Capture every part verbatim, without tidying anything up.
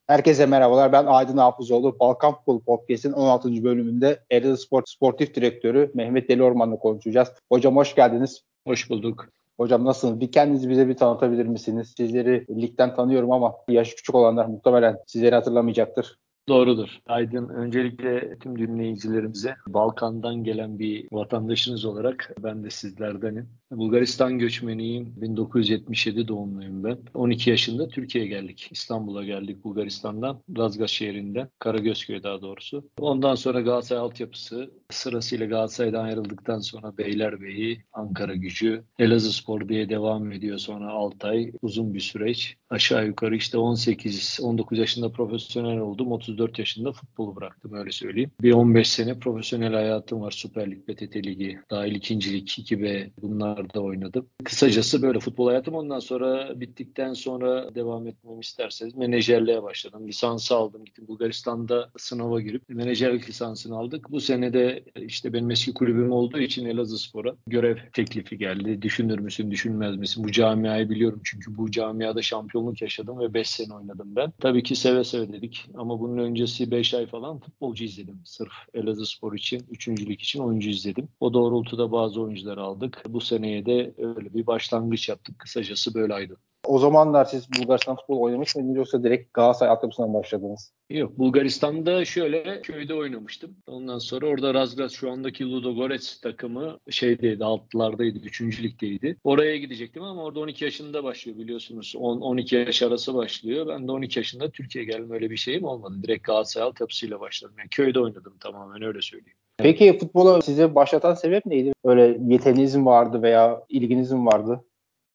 Herkese merhabalar. Ben Aydın Hafızoğlu. Balkan Futbol Podcast'in on altıncı bölümünde Elazığ Spor Sportif Direktörü Mehmet Deli Orman'la konuşacağız. Hocam hoş geldiniz. Hoş bulduk. Hocam nasılsınız? Bir kendinizi bize bir tanıtabilir misiniz? Sizleri ligden tanıyorum ama yaşı küçük olanlar muhtemelen sizleri hatırlamayacaktır. Doğrudur. Aydın, öncelikle tüm dinleyicilerimize Balkan'dan gelen bir vatandaşınız olarak ben de sizlerdenim. Bulgaristan göçmeniyim. bin dokuz yüz yetmiş yedi doğumluyum ben. on iki yaşında Türkiye'ye geldik. İstanbul'a geldik Bulgaristan'dan. Lazgaş şehrinden. Karagözköy daha doğrusu. Ondan sonra Galatasaray altyapısı. Sırasıyla Galatasaray'dan ayrıldıktan sonra Beylerbeyi, Ankaragücü, Elazığspor diye devam ediyor. Sonra Altay. Uzun bir süreç. Aşağı yukarı işte on sekiz on dokuz yaşında profesyonel oldum. otuz dört yaşında futbolu bıraktım, öyle söyleyeyim. Bir on beş sene profesyonel hayatım var. Süper Lig, P T T Ligi, dahil ikinci lig, iki B, bunlarda oynadım. Kısacası böyle futbol hayatım. Ondan sonra bittikten sonra devam etmemi isterseniz menajerliğe başladım. Lisansı aldım. Gittim Bulgaristan'da sınava girip menajerlik lisansını aldık. Bu sene de işte benim eski kulübüm olduğu için Elazığspor'a görev teklifi geldi. Düşünür müsün, düşünmez misin? Bu camiayı biliyorum çünkü bu camiada şampiyonluk yaşadım ve beş sene oynadım ben. Tabii ki seve seve dedik ama bunun öncesi beş ay falan futbolcu izledim. Sırf Elazığspor için, üçüncülük için oyuncu izledim. O doğrultuda bazı oyuncuları aldık. Bu seneye de öyle bir başlangıç yaptık. Kısacası böyleydi. O zamanlar siz Bulgaristan futbol oynamış mıydınız yoksa direkt Galatasaray altyapısından başladınız? Yok, Bulgaristan'da şöyle köyde oynamıştım. Ondan sonra orada Razgrad, şu andaki Ludogorets takımı şeydeydi, altlardaydı, üçüncü ligdeydi. Oraya gidecektim ama orada on iki yaşında başlıyor biliyorsunuz. on on iki yaş arası başlıyor. Ben de on iki yaşında Türkiye'ye geldim, öyle bir şeyim olmadı. Direkt Galatasaray altyapısıyla başladım. Yani köyde oynadım tamamen, öyle söyleyeyim. Peki futbola sizi başlatan sebep neydi? Böyle yeteneğiniz mi vardı veya ilginiz mi vardı?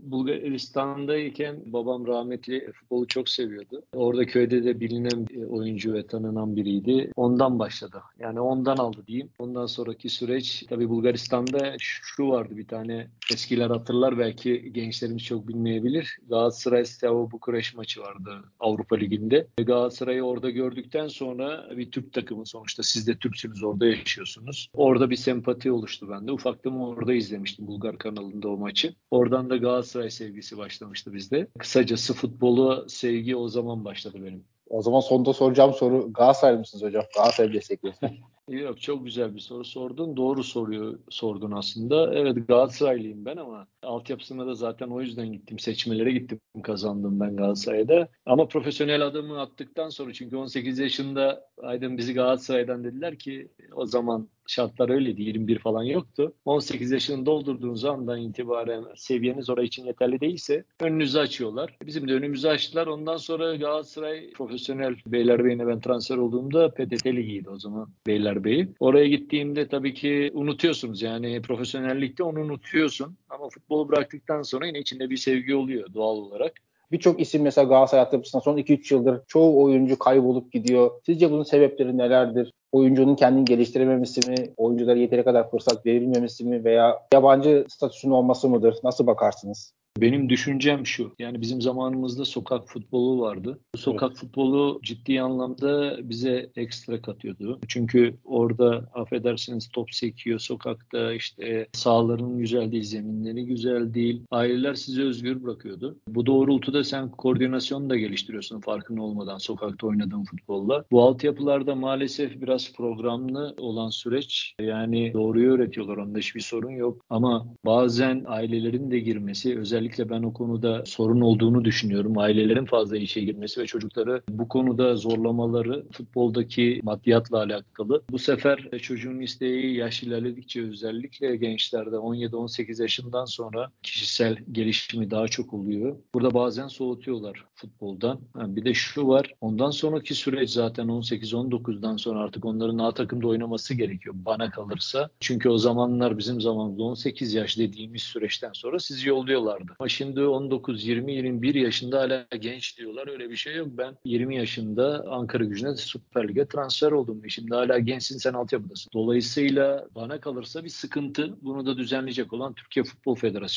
Bulgaristan'dayken babam rahmetli futbolu çok seviyordu. Orada köyde de bilinen bir oyuncu ve tanınan biriydi. Ondan başladı. Yani ondan aldı diyeyim. Ondan sonraki süreç tabii Bulgaristan'da şu vardı, bir tane eskiler hatırlar, belki gençlerimiz çok bilmeyebilir. Galatasaray Steaua Bukureş maçı vardı Avrupa Ligi'nde. Galatasaray'ı orada gördükten sonra, bir Türk takımı sonuçta, siz de Türksünüz, orada yaşıyorsunuz. Orada bir sempati oluştu bende. Ufaktım, orada izlemiştim Bulgar kanalında o maçı. Oradan da Galatasaray sevgisi başlamıştı bizde. Kısacası futbolu sevgi o zaman başladı benim. O zaman sonunda soracağım soru Galatasaray mısınız hocam? Galatasaray destekliyorsunuz. Yok, çok güzel bir soru sordun. Doğru soruyu sordun aslında. Evet, Galatasaraylıyım ben ama altyapısına da zaten o yüzden gittim. Seçmelere gittim, kazandım ben Galatasaray'da. Ama profesyonel adımı attıktan sonra, çünkü on sekiz yaşında Aydın bizi Galatasaray'dan dediler ki, o zaman şartlar öyleydi. yirmi bir falan yoktu. on sekiz yaşını doldurduğunuz andan itibaren seviyeniz oraya için yeterli değilse önünüzü açıyorlar. Bizim de önümüzü açtılar. Ondan sonra Galatasaray profesyonel, Beylerbeyi'ne ben transfer olduğumda P T T Ligi'ydi o zaman Beylerbeyi. Oraya gittiğimde tabii ki unutuyorsunuz, yani profesyonellikte onu unutuyorsun ama futbolu bıraktıktan sonra yine içinde bir sevgi oluyor doğal olarak. Birçok isim mesela Galatasaray altyapısından son iki üç yıldır çoğu oyuncu kaybolup gidiyor. Sizce bunun sebepleri nelerdir? Oyuncunun kendini geliştirememesi mi? Oyunculara yeteri kadar fırsat verilmemesi mi? Veya yabancı statüsünün olması mıdır? Nasıl bakarsınız? Benim düşüncem şu, yani bizim zamanımızda sokak futbolu vardı. Bu Evet. sokak futbolu ciddi anlamda bize ekstra katıyordu. Çünkü orada affedersiniz top sekiyor sokakta, işte sahaların güzel değil, zeminleri güzel değil. Aileler sizi özgür bırakıyordu. Bu doğrultuda sen koordinasyon da geliştiriyorsun farkında olmadan sokakta oynadığın futbolla. Bu altyapılarda maalesef biraz programlı olan süreç, yani doğruyu öğretiyorlar, onda hiçbir sorun yok. Ama bazen ailelerin de girmesi, özellikle ben o konuda sorun olduğunu düşünüyorum. Ailelerin fazla işe girmesi ve çocukları bu konuda zorlamaları, futboldaki maddiyatla alakalı. Bu sefer çocuğun isteği yaş ilerledikçe, özellikle gençlerde on yedi on sekiz yaşından sonra kişisel gelişimi daha çok oluyor. Burada bazen soğutuyorlar futboldan. Ha, bir de şu var, ondan sonraki süreç zaten on sekiz on dokuzdan sonra artık onların A takımda oynaması gerekiyor bana kalırsa. Çünkü o zamanlar, bizim zamanımızda on sekiz yaş dediğimiz süreçten sonra sizi yolluyorlardı. Ama şimdi on dokuz yirmi yirmi bir yaşında hala genç diyorlar. Öyle bir şey yok. Ben yirmi yaşında Ankaragücü'ne Süper Lig'e transfer oldum. Şimdi hala gençsin, sen altyapıdasın. Dolayısıyla bana kalırsa bir sıkıntı. Bunu da düzenleyecek olan Türkiye Futbol Federasyonu.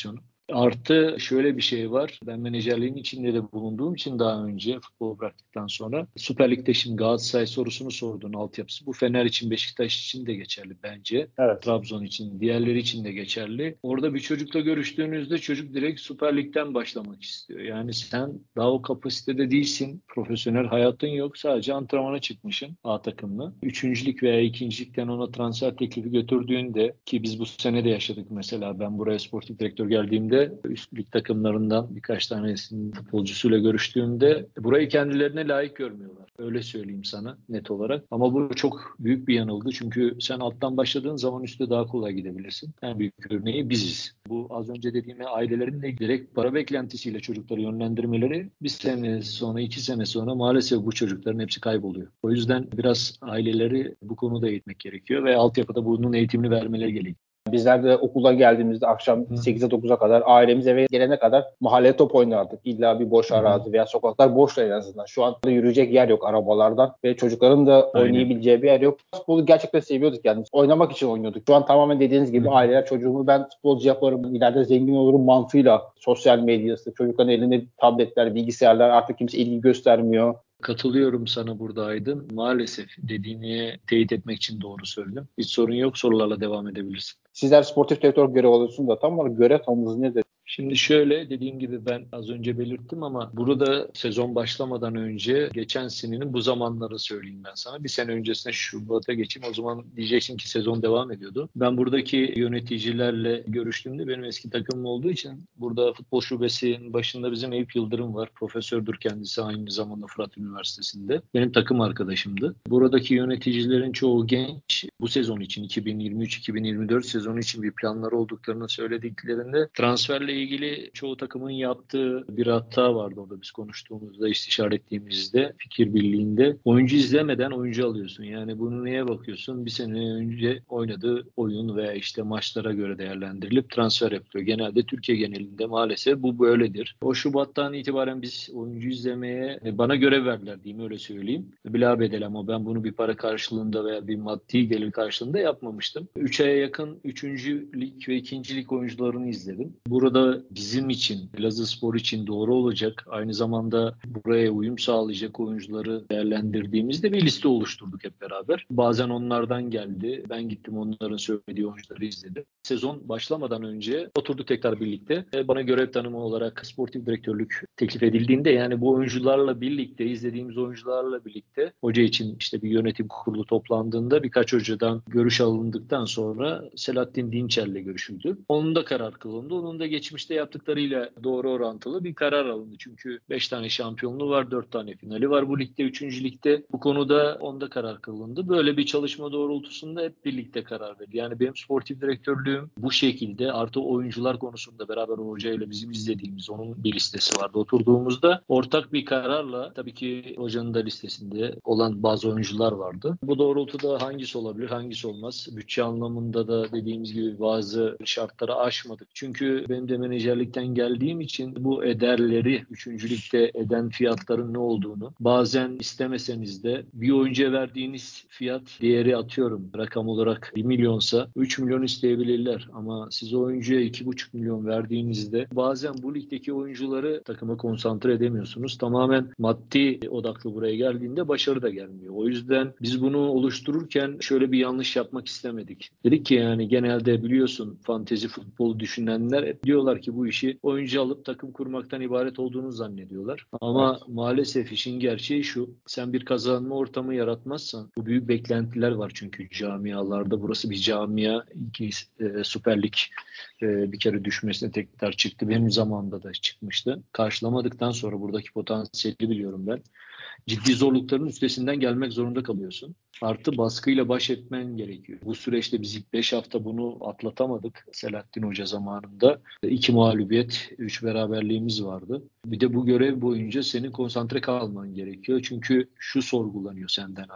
Artı şöyle bir şey var. Ben menajerliğin içinde de bulunduğum için daha önce futbol bıraktıktan sonra Süper Lig'de şimdi Galatasaray sorusunu sorduğun altyapısı. Bu Fener için, Beşiktaş için de geçerli bence. Evet. Trabzon için, diğerleri için de geçerli. Orada bir çocukla görüştüğünüzde çocuk direkt Süper Lig'den başlamak istiyor. Yani sen daha o kapasitede değilsin. Profesyonel hayatın yok. Sadece antrenmana çıkmışsın A takımla. Üçüncülük veya ikincilikten ona transfer teklifi götürdüğünde, ki biz bu sene de yaşadık mesela, ben buraya sportif direktör geldiğimde üst lig takımlarından birkaç tanesinin futbolcusuyla görüştüğümde burayı kendilerine layık görmüyorlar. Öyle söyleyeyim sana net olarak. Ama bu çok büyük bir yanılgı. Çünkü sen alttan başladığın zaman üste daha kolay gidebilirsin. En büyük örneği biziz. Bu az önce dediğim ailelerin de direkt para beklentisiyle çocukları yönlendirmeleri bir sene sonra, iki sene sonra maalesef bu çocukların hepsi kayboluyor. O yüzden biraz aileleri bu konuda eğitmek gerekiyor ve altyapıda bunun eğitimini vermeleri gerekiyor. Bizler de okula geldiğimizde akşam sekize dokuza kadar ailemiz eve gelene kadar mahallede top oynardık. İlla bir boş arazi veya sokaklar boştu en azından. Şu an yürüyecek yer yok arabalardan ve çocukların da oynayabileceği bir yer yok. Futbolu gerçekten seviyorduk yani. Oynamak için oynuyorduk. Şu an tamamen dediğiniz gibi aileler çocuğumu ben futbolcu yaparım, ileride zengin olurum mantığıyla sosyal medyası, çocukların elinde tabletler, bilgisayarlar, artık kimse ilgi göstermiyor. Katılıyorum sana burada Aydın. Maalesef dediğini teyit etmek için doğru söyledim. Hiç sorun yok. Sorularla devam edebilirsin. Sizler sportif direktör görev alıyorsunuz da tam olarak görev tanımınız nedir? Şimdi şöyle, dediğim gibi ben az önce belirttim ama burada sezon başlamadan önce geçen senenin bu zamanları söyleyeyim ben sana. Bir sene öncesine Şubat'a geçeyim. O zaman diyeceksin ki sezon devam ediyordu. Ben buradaki yöneticilerle görüştüğümde, benim eski takımım olduğu için, burada futbol şubesinin başında bizim Eyüp Yıldırım var. Profesördür kendisi, aynı zamanda Fırat Üniversitesi'nde. Benim takım arkadaşımdı. Buradaki yöneticilerin çoğu genç. Bu sezon için, iki bin yirmi üç iki bin yirmi dört sezonu için bir planları olduklarını söylediklerinde transferle ilgili çoğu takımın yaptığı bir hata vardı orada biz konuştuğumuzda, istişare ettiğimizde, fikir birliğinde. Oyuncu izlemeden oyuncu alıyorsun. Yani bunu neye bakıyorsun? Bir sene önce oynadığı oyun veya işte maçlara göre değerlendirilip transfer yapılıyor. Genelde Türkiye genelinde maalesef bu böyledir. O Şubat'tan itibaren biz oyuncu izlemeye, bana görev verdiler diyeyim, öyle söyleyeyim. Bila bedel, ama ben bunu bir para karşılığında veya bir maddi gelir karşılığında yapmamıştım. üç aya yakın üçüncü lig ve ikinci lig oyuncularını izledim. Burada bizim için, Elazığspor için doğru olacak, aynı zamanda buraya uyum sağlayacak oyuncuları değerlendirdiğimizde bir liste oluşturduk hep beraber. Bazen onlardan geldi. Ben gittim onların söylediği oyuncuları izledim. Sezon başlamadan önce oturduk tekrar birlikte. Bana görev tanımı olarak sportif direktörlük teklif edildiğinde, yani bu oyuncularla birlikte, izlediğimiz oyuncularla birlikte hoca için işte bir yönetim kurulu toplandığında birkaç hocadan görüş alındıktan sonra Selahattin Dinçer'le görüşüldü. Onun da karar kılındı. Onun da geçmişte yaptıklarıyla doğru orantılı bir karar alındı. Çünkü beş tane şampiyonluğu var, dört tane finali var bu ligde, üçüncü ligde. Bu konuda onda karar kılındı. Böyle bir çalışma doğrultusunda hep birlikte karar verdi. Yani benim sportif direktörlüğüm bu şekilde, artı oyuncular konusunda beraber o hocayla bizim izlediğimiz, onun bir listesi vardı. Oturduğumuzda ortak bir kararla, tabii ki hocanın da listesinde olan bazı oyuncular vardı. Bu doğrultuda hangisi olabilir, hangisi olmaz? Bütçe anlamında da dediğimiz gibi bazı şartları aşmadık. Çünkü benim de menajerlikten geldiğim için bu ederleri, üçüncülükte eden fiyatların ne olduğunu, bazen istemeseniz de bir oyuncuya verdiğiniz fiyat, değeri atıyorum rakam olarak bir milyonsa üç milyon isteyebilirler. Ama siz oyuncuya iki buçuk milyon verdiğinizde bazen bu ligdeki oyuncuları takıma konsantre edemiyorsunuz. Tamamen maddi odaklı buraya geldiğinde başarı da gelmiyor. O yüzden biz bunu oluştururken şöyle bir yanlış yapmak istemedik. Dedik ki yani genelde biliyorsun fantezi futbolu düşünenler hep diyorlar ki bu işi oyuncu alıp takım kurmaktan ibaret olduğunu zannediyorlar. Ama evet, maalesef işin gerçeği şu: sen bir kazanma ortamı yaratmazsan, bu büyük beklentiler var çünkü camialarda, burası bir camia, iki e, Süper Lig e, bir kere düşmesine tekrar çıktı. Benim zamanımda da çıkmıştı. Karşılamadıktan sonra buradaki potansiyeli biliyorum ben. Ciddi zorlukların üstesinden gelmek zorunda kalıyorsun. Artı baskıyla baş etmen gerekiyor. Bu süreçte biz ilk beş hafta bunu atlatamadık. Selahattin Hoca zamanında iki mağlubiyet, üç beraberliğimiz vardı. Bir de bu görev boyunca senin konsantre kalman gerekiyor. Çünkü şu sorgulanıyor senden Aydın: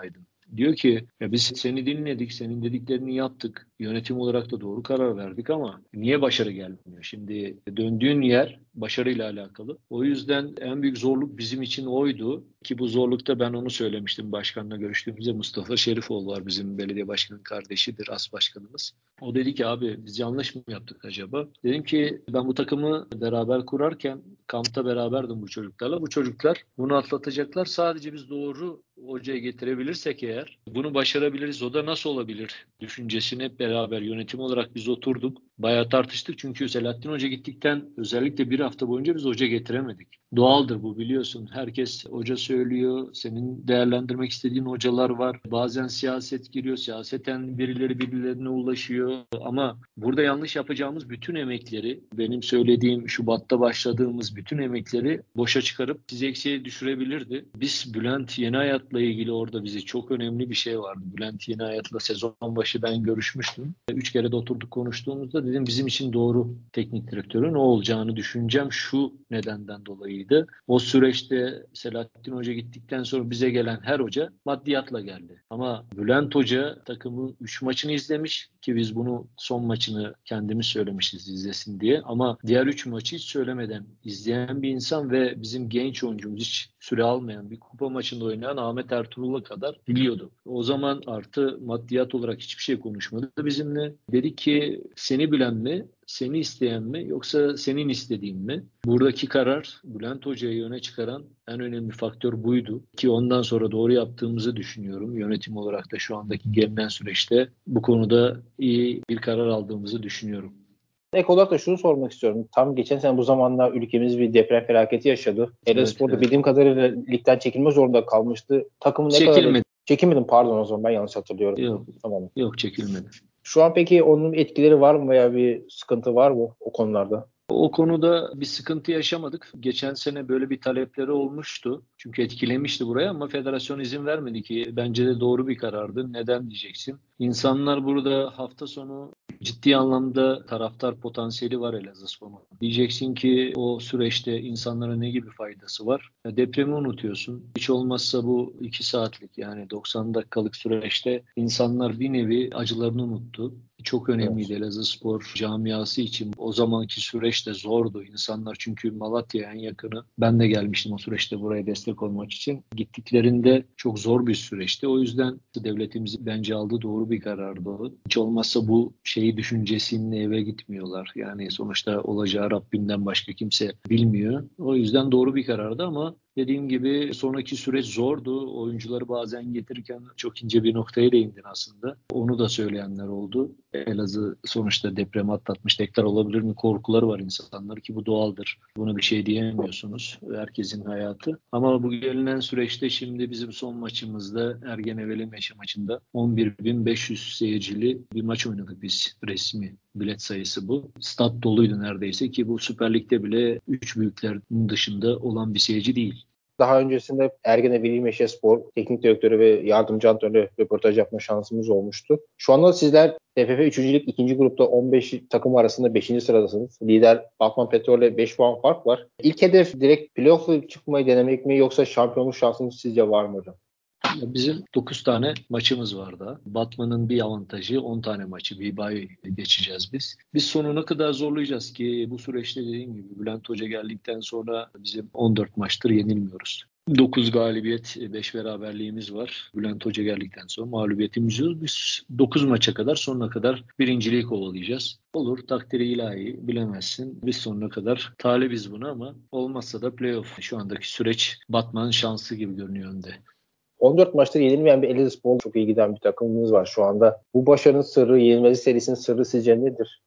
Diyor ki ya biz seni dinledik, senin dediklerini yaptık. Yönetim olarak da doğru karar verdik ama niye başarı gelmiyor? Şimdi döndüğün yer başarıyla alakalı. O yüzden en büyük zorluk bizim için oydu. Ki bu zorlukta ben onu söylemiştim başkanla görüştüğümüzde. Mustafa Şerifoğlu var, bizim belediye başkanının kardeşidir, as başkanımız. O dedi ki abi biz yanlış mı yaptık acaba? Dedim ki ben bu takımı beraber kurarken kampta beraberdim bu çocuklarla. Bu çocuklar bunu atlatacaklar. Sadece biz doğru hocaya getirebilirsek eğer bunu başarabiliriz. O da nasıl olabilir düşüncesini hep beraber yönetim olarak biz oturduk. Bayağı tartıştık çünkü Selahattin Hoca gittikten özellikle bir hafta boyunca biz hoca getiremedik. Doğaldır bu, biliyorsun. Herkes hoca söylüyor. Senin değerlendirmek istediğin hocalar var. Bazen siyaset giriyor. Siyaseten birileri birilerine ulaşıyor. Ama burada yanlış yapacağımız bütün emekleri, benim söylediğim Şubat'ta başladığımız bütün emekleri boşa çıkarıp sizi eksiğe düşürebilirdi. Biz Bülent Yenihayat'la ilgili orada bize çok önemli bir şey vardı. Bülent Yenihayat'la sezon başı ben görüşmüştüm. Üç kere de oturduk konuştuğumuzda dedim bizim için doğru teknik direktörün o olacağını düşüneceğim. Şu nedenden dolayıydı. O süreçte Selahattin Hoca gittikten sonra bize gelen her hoca maddiyatla geldi. Ama Bülent Hoca takımın üç maçını izlemiş ki biz bunu son maçını kendimiz söylemişiz izlesin diye. Ama diğer üç maçı hiç söylemeden izleyen bir insan ve bizim genç oyuncumuz hiç süre almayan bir kupa maçında oynayan Ahmet Ertuğrul'a kadar biliyordu. O zaman artı maddiyat olarak hiçbir şey konuşmadı bizimle. Dedi ki seni bilen mi, seni isteyen mi yoksa senin istediğin mi? Buradaki karar Bülent Hoca'yı öne çıkaran en önemli faktör buydu. Ki ondan sonra doğru yaptığımızı düşünüyorum. Yönetim olarak da şu andaki gelinen süreçte bu konuda iyi bir karar aldığımızı düşünüyorum. Ek olarak da şunu sormak istiyorum. Tam geçen sene bu zamanlar ülkemiz bir deprem felaketi yaşadı. Elazığspor'da Evet, evet. bildiğim kadarıyla ligden çekilme zorunda kalmıştı. Takımı ne kadar... Çekilmedi. Çekilmedim, pardon, o zaman ben yanlış hatırlıyorum. Yok, Tamam. yok çekilmedi. Şu an peki onun etkileri var mı veya bir sıkıntı var mı o konularda? O konuda bir sıkıntı yaşamadık. Geçen sene böyle bir talepleri olmuştu. Çünkü etkilemişti buraya ama federasyon izin vermedi ki. Bence de doğru bir karardı. Neden diyeceksin? İnsanlar burada hafta sonu ciddi anlamda taraftar potansiyeli var Elazığspor'un. Diyeceksin ki o süreçte insanlara ne gibi faydası var? Ya depremi unutuyorsun. Hiç olmazsa bu iki saatlik yani doksan dakikalık süreçte insanlar bir nevi acılarını unuttu. Çok önemliydi Evet. Elazığspor camiası için. O zamanki süreç de zordu. İnsanlar çünkü Malatya en yakını. Ben de gelmiştim o süreçte buraya destek olmak için. Gittiklerinde çok zor bir süreçti. O yüzden devletimizin bence aldığı doğru bir karardı o. Hiç olmazsa bu şeyi düşüncesiyle eve gitmiyorlar. Yani sonuçta olacağı Rabbimden başka kimse bilmiyor. O yüzden doğru bir karardı ama dediğim gibi sonraki süreç zordu. Oyuncuları bazen getirirken çok ince bir noktaya değindin aslında. Onu da söyleyenler oldu. Elazığ sonuçta depremi atlatmış, tekrar olabilir mi korkuları var insanlar ki bu doğaldır. Buna bir şey diyemiyorsunuz. Herkesin hayatı. Ama bu gelinen süreçte şimdi bizim son maçımızda Ergeneveli Meşe maçında on bir bin beş yüz seyircili bir maç oynadık biz, resmi. Bilet sayısı bu. Stat doluydu neredeyse ki bu Süper Lig'de bile üç büyüklerin dışında olan bir seyirci değil. Daha öncesinde Ergene Veli Meşespor teknik direktörü ve yardımcı antrenörü röportaj yapma şansımız olmuştu. Şu anda sizler T F F üçüncü. Lig ikinci grupta on beş takım arasında beşinci sıradasınız. Lider Batman Petrol'le beş puan fark var. İlk hedef direkt playoff'la çıkmayı denemek mi yoksa şampiyonluk şansınız sizce var mı hocam? Bizim dokuz tane maçımız var da. Batman'ın bir avantajı on tane maçı bir bay geçeceğiz biz. Biz sonuna kadar zorlayacağız ki bu süreçte dediğim gibi Bülent Hoca geldikten sonra bizim on dört maçtır yenilmiyoruz. dokuz galibiyet, beş beraberliğimiz var. Bülent Hoca geldikten sonra mağlubiyetimiz yok. Biz dokuz maça kadar sonuna kadar birinciliği kovalayacağız. Olur, takdiri ilahi, bilemezsin. Biz sonuna kadar talibiz buna ama olmazsa da playoff. Şu andaki süreç Batman'ın şansı gibi görünüyor önde. on dört maçta yenilmeyen bir Elazığspor, çok iyi giden bir takımımız var şu anda. Bu başarının sırrı, yenilmez serisinin sırrı sizce nedir?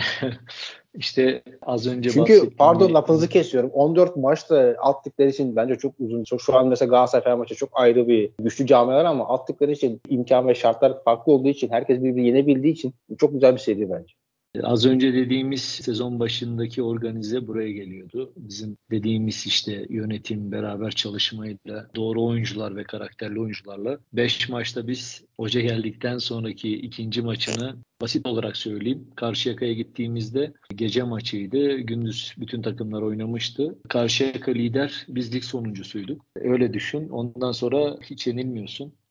İşte az önce Çünkü bahsettiğim pardon, bir lafınızı kesiyorum. on dört maçta alt ligler için bence çok uzun. Çok, şu an mesela Galatasaray Fenerbahçe çok ayrı bir güçlü camialar ama alt ligler için imkan ve şartlar farklı olduğu için, herkes birbirini yenebildiği için çok güzel bir seri bence. Az önce dediğimiz sezon başındaki organize buraya geliyordu. Bizim dediğimiz işte yönetim, beraber çalışmayla, doğru oyuncular ve karakterli oyuncularla beş maçta biz hoca geldikten sonraki ikinci maçını basit olarak söyleyeyim. Karşıyaka'ya gittiğimizde gece maçıydı. Gündüz bütün takımlar oynamıştı. Karşıyaka lider, biz lig sonuncusuyduk. Öyle düşün. Ondan sonra hiç yenilmiyorsun.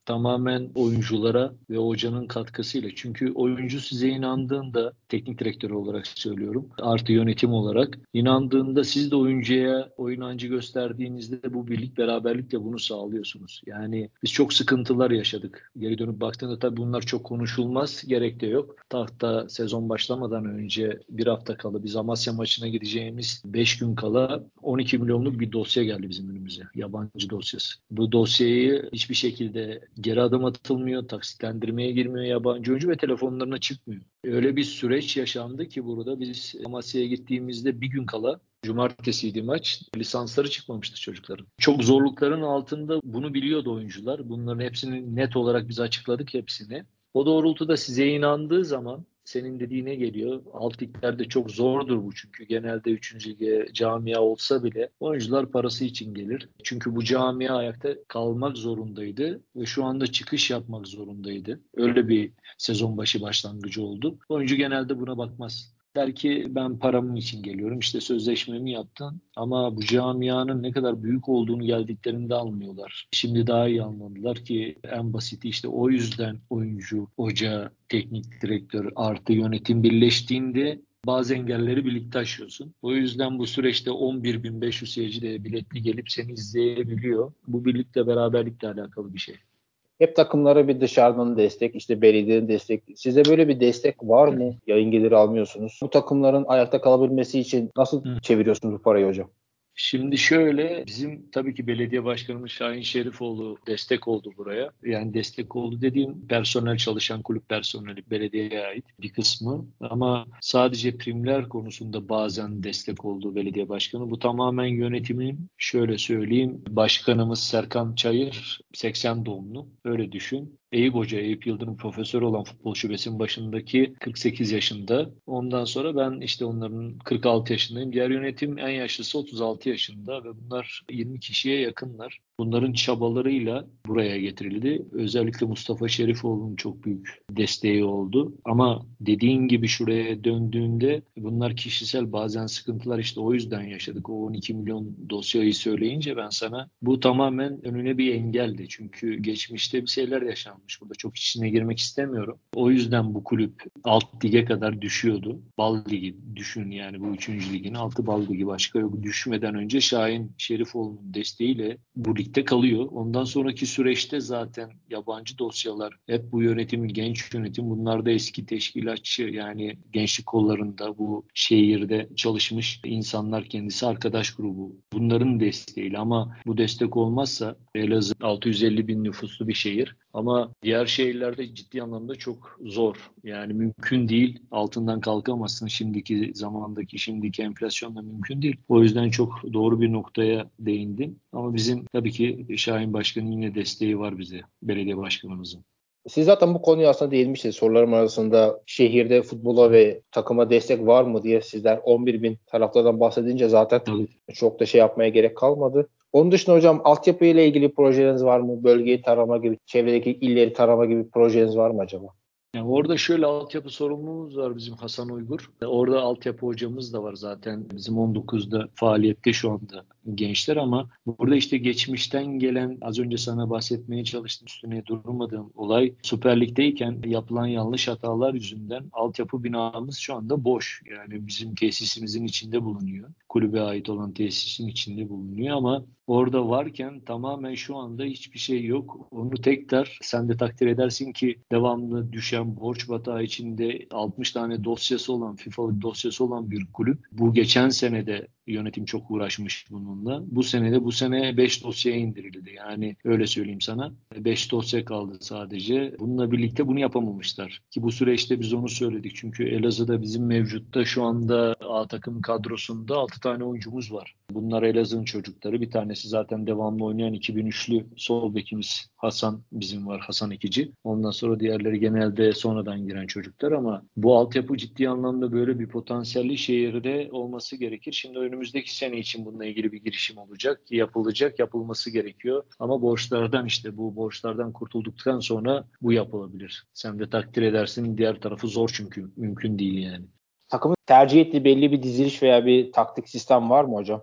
Tamamen oyunculara ve hocanın katkısıyla. Çünkü oyuncu size inandığında, teknik direktör olarak söylüyorum, artı yönetim olarak inandığında, siz de oyuncuya o inancı gösterdiğinizde bu birlik beraberlikle bunu sağlıyorsunuz. Yani biz çok sıkıntılar yaşadık. Geri dönüp baktığında tabii bunlar çok konuşulmaz, gerek de yok. Tahta sezon başlamadan önce bir hafta kala biz Amasya maçına gideceğimiz beş gün kala on iki milyonluk bir dosya geldi bizim önümüze. Yabancı dosyası. Bu dosyayı hiçbir şekilde geri adım atılmıyor, taksitlendirmeye girmiyor yabancı oyuncu ve telefonlarına çıkmıyor. Öyle bir süreç yaşandı ki burada biz Amasya'ya gittiğimizde bir gün kala, cumartesiydi maç, lisansları çıkmamıştı çocukların. Çok zorlukların altında bunu biliyordu oyuncular. Bunların hepsini net olarak biz açıkladık hepsini. O doğrultuda size inandığı zaman senin dediğine geliyor. Alt liglerde çok zordur bu çünkü genelde üçüncü lige camia olsa bile oyuncular parası için gelir. Çünkü bu camia ayakta kalmak zorundaydı ve şu anda çıkış yapmak zorundaydı. Öyle bir sezon başı başlangıcı oldu. Oyuncu genelde buna bakmaz. Der ki ben paramın için geliyorum, işte sözleşmemi yaptın, ama bu camianın ne kadar büyük olduğunu geldiklerinde anlıyorlar. Şimdi daha iyi anladılar ki en basiti işte o yüzden oyuncu, hoca, teknik direktör artı yönetim birleştiğinde bazı engelleri birlikte aşıyorsun. O yüzden bu süreçte on bir bin beş yüz seyirci de biletli gelip seni izleyebiliyor. Bu birlikte beraberlikle alakalı bir şey. Hep takımlara bir dışarıdan destek, işte belediyenin destek. Size böyle bir destek var mı? Yayın geliri almıyorsunuz. Bu takımların ayakta kalabilmesi için nasıl Hı. çeviriyorsunuz bu parayı hocam? Şimdi şöyle, bizim tabii ki belediye başkanımız Şahin Şerifoğlu destek oldu buraya. Yani destek oldu dediğim personel, çalışan kulüp personeli belediyeye ait bir kısmı. Ama sadece primler konusunda bazen destek oldu belediye başkanı. Bu tamamen yönetimin, şöyle söyleyeyim, başkanımız Serkan Çayır seksen doğumlu, öyle düşün. Eyüp Hoca, Eyüp Yıldırım profesör olan futbol şubesinin başındaki kırk sekiz yaşında. Ondan sonra ben işte onların kırk altı yaşındayım. Diğer yönetim en yaşlısı otuz altı yaşında ve bunlar yirmi kişiye yakınlar. Bunların çabalarıyla buraya getirildi. Özellikle Mustafa Şerifoğlu'nun çok büyük desteği oldu. Ama dediğin gibi şuraya döndüğünde bunlar kişisel bazen sıkıntılar, işte o yüzden yaşadık. O on iki milyon dosyayı söyleyince ben sana, bu tamamen önüne bir engeldi. Çünkü geçmişte bir şeyler yaşanmış. Burada çok içine girmek istemiyorum. O yüzden bu kulüp alt lige kadar düşüyordu. Bal ligi düşün, yani bu üçüncü ligin altı bal ligi, başka yok. Düşmeden önce Şahin Şerifoğlu'nun desteğiyle bu ligde kalıyor. Ondan sonraki süreçte zaten yabancı dosyalar hep bu yönetimin, genç yönetim, bunlar da eski teşkilatçı, yani gençlik kollarında bu şehirde çalışmış insanlar, kendisi arkadaş grubu. Bunların desteğiyle, ama bu destek olmazsa, Elazığ altı yüz elli bin nüfuslu bir şehir ama diğer şehirlerde ciddi anlamda çok zor. Yani mümkün değil. Altından kalkamazsın. Şimdiki zamandaki, şimdiki enflasyonla mümkün değil. O yüzden çok doğru bir noktaya değindin. Ama bizim tabii ki Şahin Başkan'ın yine desteği var bize, belediye başkanımızın. Siz zaten bu konuya aslında değinmiştiniz. Sorularım arasında şehirde futbola ve takıma destek var mı diye, sizler on bir bin taraftardan bahsedince zaten Tabii. çok da şey yapmaya gerek kalmadı. Onun dışında hocam altyapı ile ilgili projeniz var mı? Bölgeyi tarama gibi, çevredeki illeri tarama gibi projeniz var mı acaba? Yani orada şöyle altyapı sorumluluğumuz var bizim, Hasan Uygur. Orada altyapı hocamız da var zaten. Bizim on dokuzda faaliyette şu anda gençler, ama burada işte geçmişten gelen, az önce sana bahsetmeye çalıştım, üstüne durmadığım olay, Süper Lig'deyken yapılan yanlış hatalar yüzünden altyapı binamız şu anda boş. Yani bizim tesisimizin içinde bulunuyor. Kulübe ait olan tesisin içinde bulunuyor, ama orada varken tamamen şu anda hiçbir şey yok. Onu tekrar, sen de takdir edersin ki, devamlı düşen borç batağı içinde altmış tane dosyası olan, FIFA'lık dosyası olan bir kulüp. Bu geçen sene de yönetim çok uğraşmış bununla. Bu sene de bu sene beş dosyaya indirildi. Yani öyle söyleyeyim sana. beş dosya kaldı sadece. Bununla birlikte bunu yapamamışlar. Ki bu süreçte biz onu söyledik. Çünkü Elazığ'da bizim mevcutta şu anda A takım kadrosunda altı tane oyuncumuz var. Bunlar Elazığ'ın çocukları. Bir tanesi zaten devamlı oynayan iki bin üçlü sol bekimiz Hasan bizim var. Hasan Ekici. Ondan sonra diğerleri genelde sonradan giren çocuklar, ama bu altyapı ciddi anlamda böyle bir potansiyelli şehirde olması gerekir. Şimdi önümüzdeki sene için bununla ilgili bir girişim olacak. Yapılacak, yapılması gerekiyor. Ama borçlardan, işte bu borçlardan kurtulduktan sonra bu yapılabilir. Sen de takdir edersin, diğer tarafı zor çünkü. Mümkün değil yani. Takımın tercih ettiği belli bir diziliş veya bir taktik sistem var mı hocam?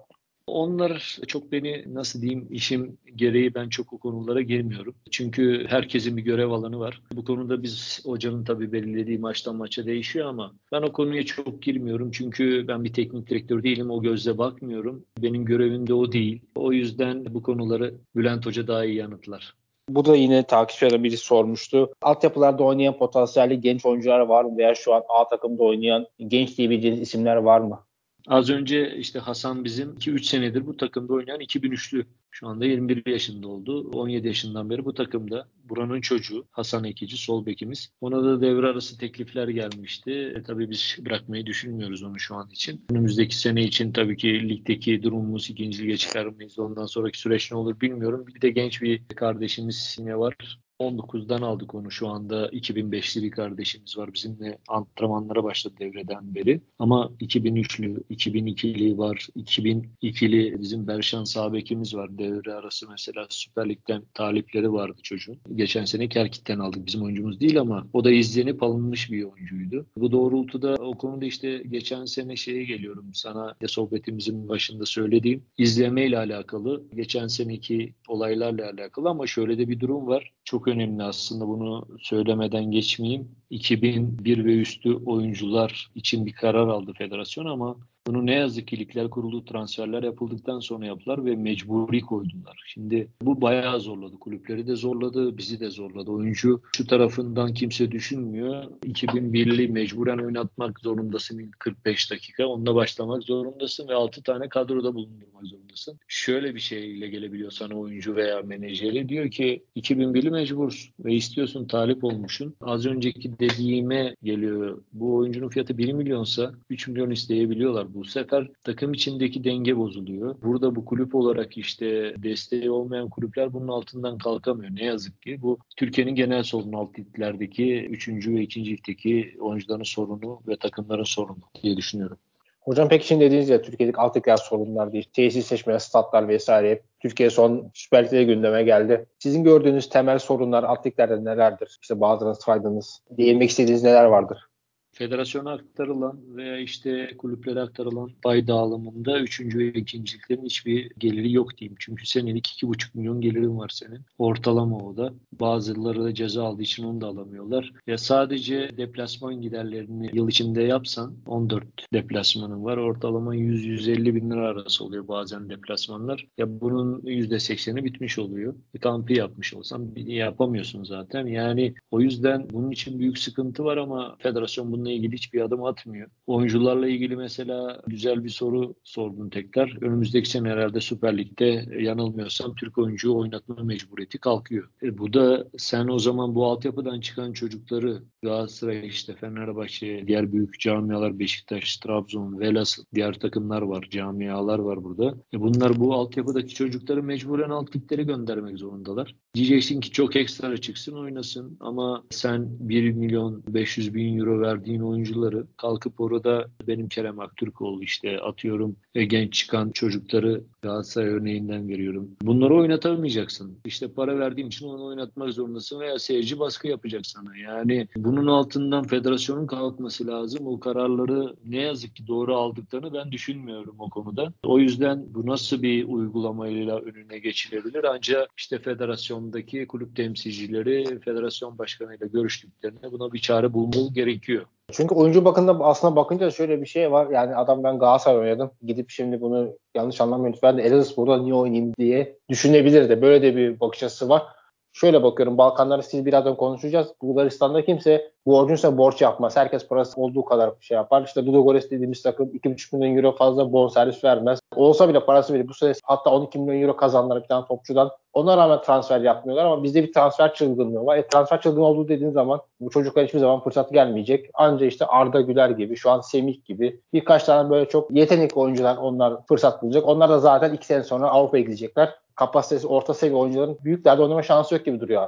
Onlar çok beni nasıl diyeyim işim gereği ben çok o konulara girmiyorum. Çünkü herkesin bir görev alanı var. Bu konuda biz hocanın tabii belirlediği maçtan maça değişiyor ama ben o konuya çok girmiyorum. Çünkü ben bir teknik direktör değilim. O gözle bakmıyorum. Benim görevim de o değil. O yüzden bu konuları Bülent Hoca daha iyi yanıtlar. Bu da yine takipçilerden birisi sormuştu. Altyapılarda oynayan potansiyelli genç oyuncular var mı? Veya şu an A takımda oynayan genç diyebileceğiniz isimler var mı? Az önce işte Hasan bizim iki üç senedir bu takımda oynayan iki bin üçlü. Şu anda yirmi bir yaşında oldu. on yedi yaşından beri bu takımda. Buranın çocuğu Hasan Ekici sol bekimiz. Ona da devre arası teklifler gelmişti. E, tabii biz bırakmayı düşünmüyoruz onu şu an için. Önümüzdeki sene için tabii ki ligdeki durumumuz ikinci lige çıkar mıyız? Ondan sonraki süreç ne olur bilmiyorum. Bir de genç bir kardeşimiz yine var. on dokuzdan aldık onu şu anda. iki bin beşli bir kardeşimiz var. Bizimle antrenmanlara başladı devreden beri. Ama iki bin üçlü, iki bin ikili var. iki bin ikili bizim Berşan Sabek'imiz var. Devre arası mesela Süper Lig'den talipleri vardı çocuğun. Geçen sene Kerkit'ten aldık. Bizim oyuncumuz değil ama o da izlenip alınmış bir oyuncuydu. Bu doğrultuda o konuda işte geçen sene şeye geliyorum. Sana de sohbetimizin başında söylediğim izlemeyle alakalı. Geçen seneki olaylarla alakalı ama şöyle de bir durum var. Çok önemli aslında bunu söylemeden geçmeyeyim. iki bin bir ve üstü oyuncular için bir karar aldı federasyon ama bunu ne yazık ki ligler kurulu transferler yapıldıktan sonra yaptılar ve mecburi koydular. Şimdi bu bayağı zorladı. Kulüpleri de zorladı, bizi de zorladı. Oyuncu şu tarafından kimse düşünmüyor. iki bin birli mecburen oynatmak zorundasın kırk beş dakika. Onunla başlamak zorundasın ve altı tane kadroda bulundurmak zorundasın. Şöyle bir şeyle gelebiliyor sana oyuncu veya menajeri. Diyor ki iki bin birli mecbursun ve istiyorsun, talip olmuşsun. Az önceki dediğime geliyor. Bu oyuncunun fiyatı bir milyonsa üç milyon isteyebiliyorlar. Bu sefer takım içindeki denge bozuluyor. Burada bu kulüp olarak işte desteği olmayan kulüpler bunun altından kalkamıyor. Ne yazık ki bu Türkiye'nin genel sorunu alt liglerdeki üçüncü ve ikinci ligdeki oyuncuların sorunu ve takımların sorunu diye düşünüyorum. Hocam peki şimdi dediğiniz ya Türkiye'deki alt ligler sorunlar değil. Tesis seçmeler, statlar vesaire hep Türkiye son Süper Lig'de gündeme geldi. Sizin gördüğünüz temel sorunlar alt liglerde nelerdir? İşte bazılarınız saydınız. Değinmek istediğiniz neler vardır? Federasyona aktarılan veya işte kulüplere aktarılan pay dağılımında üçüncü ve ikinciliklerin hiçbir geliri yok diyeyim. Çünkü senelik iki buçuk milyon gelirin var senin. Ortalama o da. Bazıları da ceza aldığı için onu da alamıyorlar. Ya sadece deplasman giderlerini yıl içinde yapsan on dört deplasmanın var. Ortalama yüz yüz elli bin lira arası oluyor bazen deplasmanlar. Ya bunun yüzde sekseni bitmiş oluyor. E, kampi yapmış olsan yapamıyorsun zaten. Yani o yüzden bunun için büyük sıkıntı var ama federasyon bununla ilgili hiçbir adım atmıyor. Oyuncularla ilgili mesela güzel bir soru sordun tekrar. Önümüzdeki sene herhalde Süper Lig'de yanılmıyorsam Türk oyuncuyu oynatma mecburiyeti kalkıyor. E bu da sen o zaman bu altyapıdan çıkan çocukları Galatasaray, işte Fenerbahçe, diğer büyük camialar Beşiktaş, Trabzon, Velas, diğer takımlar var, camialar var burada. E bunlar bu altyapıdaki çocukları mecburen alt liglere göndermek zorundalar. Diyeceksin ki çok ekstra çıksın oynasın ama sen bir milyon beş yüz bin euro verdiğin oyuncuları kalkıp orada benim Kerem Aktürkoğlu işte atıyorum e, genç çıkan çocukları Galatasaray örneğinden veriyorum. Bunları oynatamayacaksın. İşte para verdiğin için onu oynatmak zorundasın veya seyirci baskı yapacak sana. Yani bunun altından federasyonun kalkması lazım. O kararları ne yazık ki doğru aldıklarını ben düşünmüyorum o konuda. O yüzden bu nasıl bir uygulamayla önüne geçilebilir? Ancak işte federasyondaki kulüp temsilcileri federasyon başkanıyla görüştüklerinde buna bir çare bulmalı gerekiyor. Çünkü oyuncu bakımında aslına bakınca şöyle bir şey var. Yani adam ben Galatasaray oynadım. Gidip şimdi bunu yanlış anlamayın lütfen de Elazığspor'da niye oynayayım diye düşünebilir de. Böyle de bir bakış açısı var. Şöyle bakıyorum Balkanları siz birazdan konuşacağız. Bulgaristan'da kimse borcunsa borç yapmaz. Herkes parası olduğu kadar şey yapar. İşte Ludogorets dediğimiz takım iki buçuk milyon euro fazla bonservis vermez. Olsa bile parası bile bu sene hatta on iki milyon euro kazandılar bir tane topçudan. Ona rağmen transfer yapmıyorlar ama bizde bir transfer çılgınlığı var. E, transfer çılgınlığı olduğu dediğin zaman bu çocuklar hiçbir zaman fırsat gelmeyecek. Anca işte Arda Güler gibi, şu an Semih gibi birkaç tane böyle çok yetenekli oyuncular onlar fırsat bulacak. Onlar da zaten iki sene sonra Avrupa'ya gidecekler. Kapasitesi orta seviye oyuncuların büyüklerde oynama şansı yok gibi duruyor artık.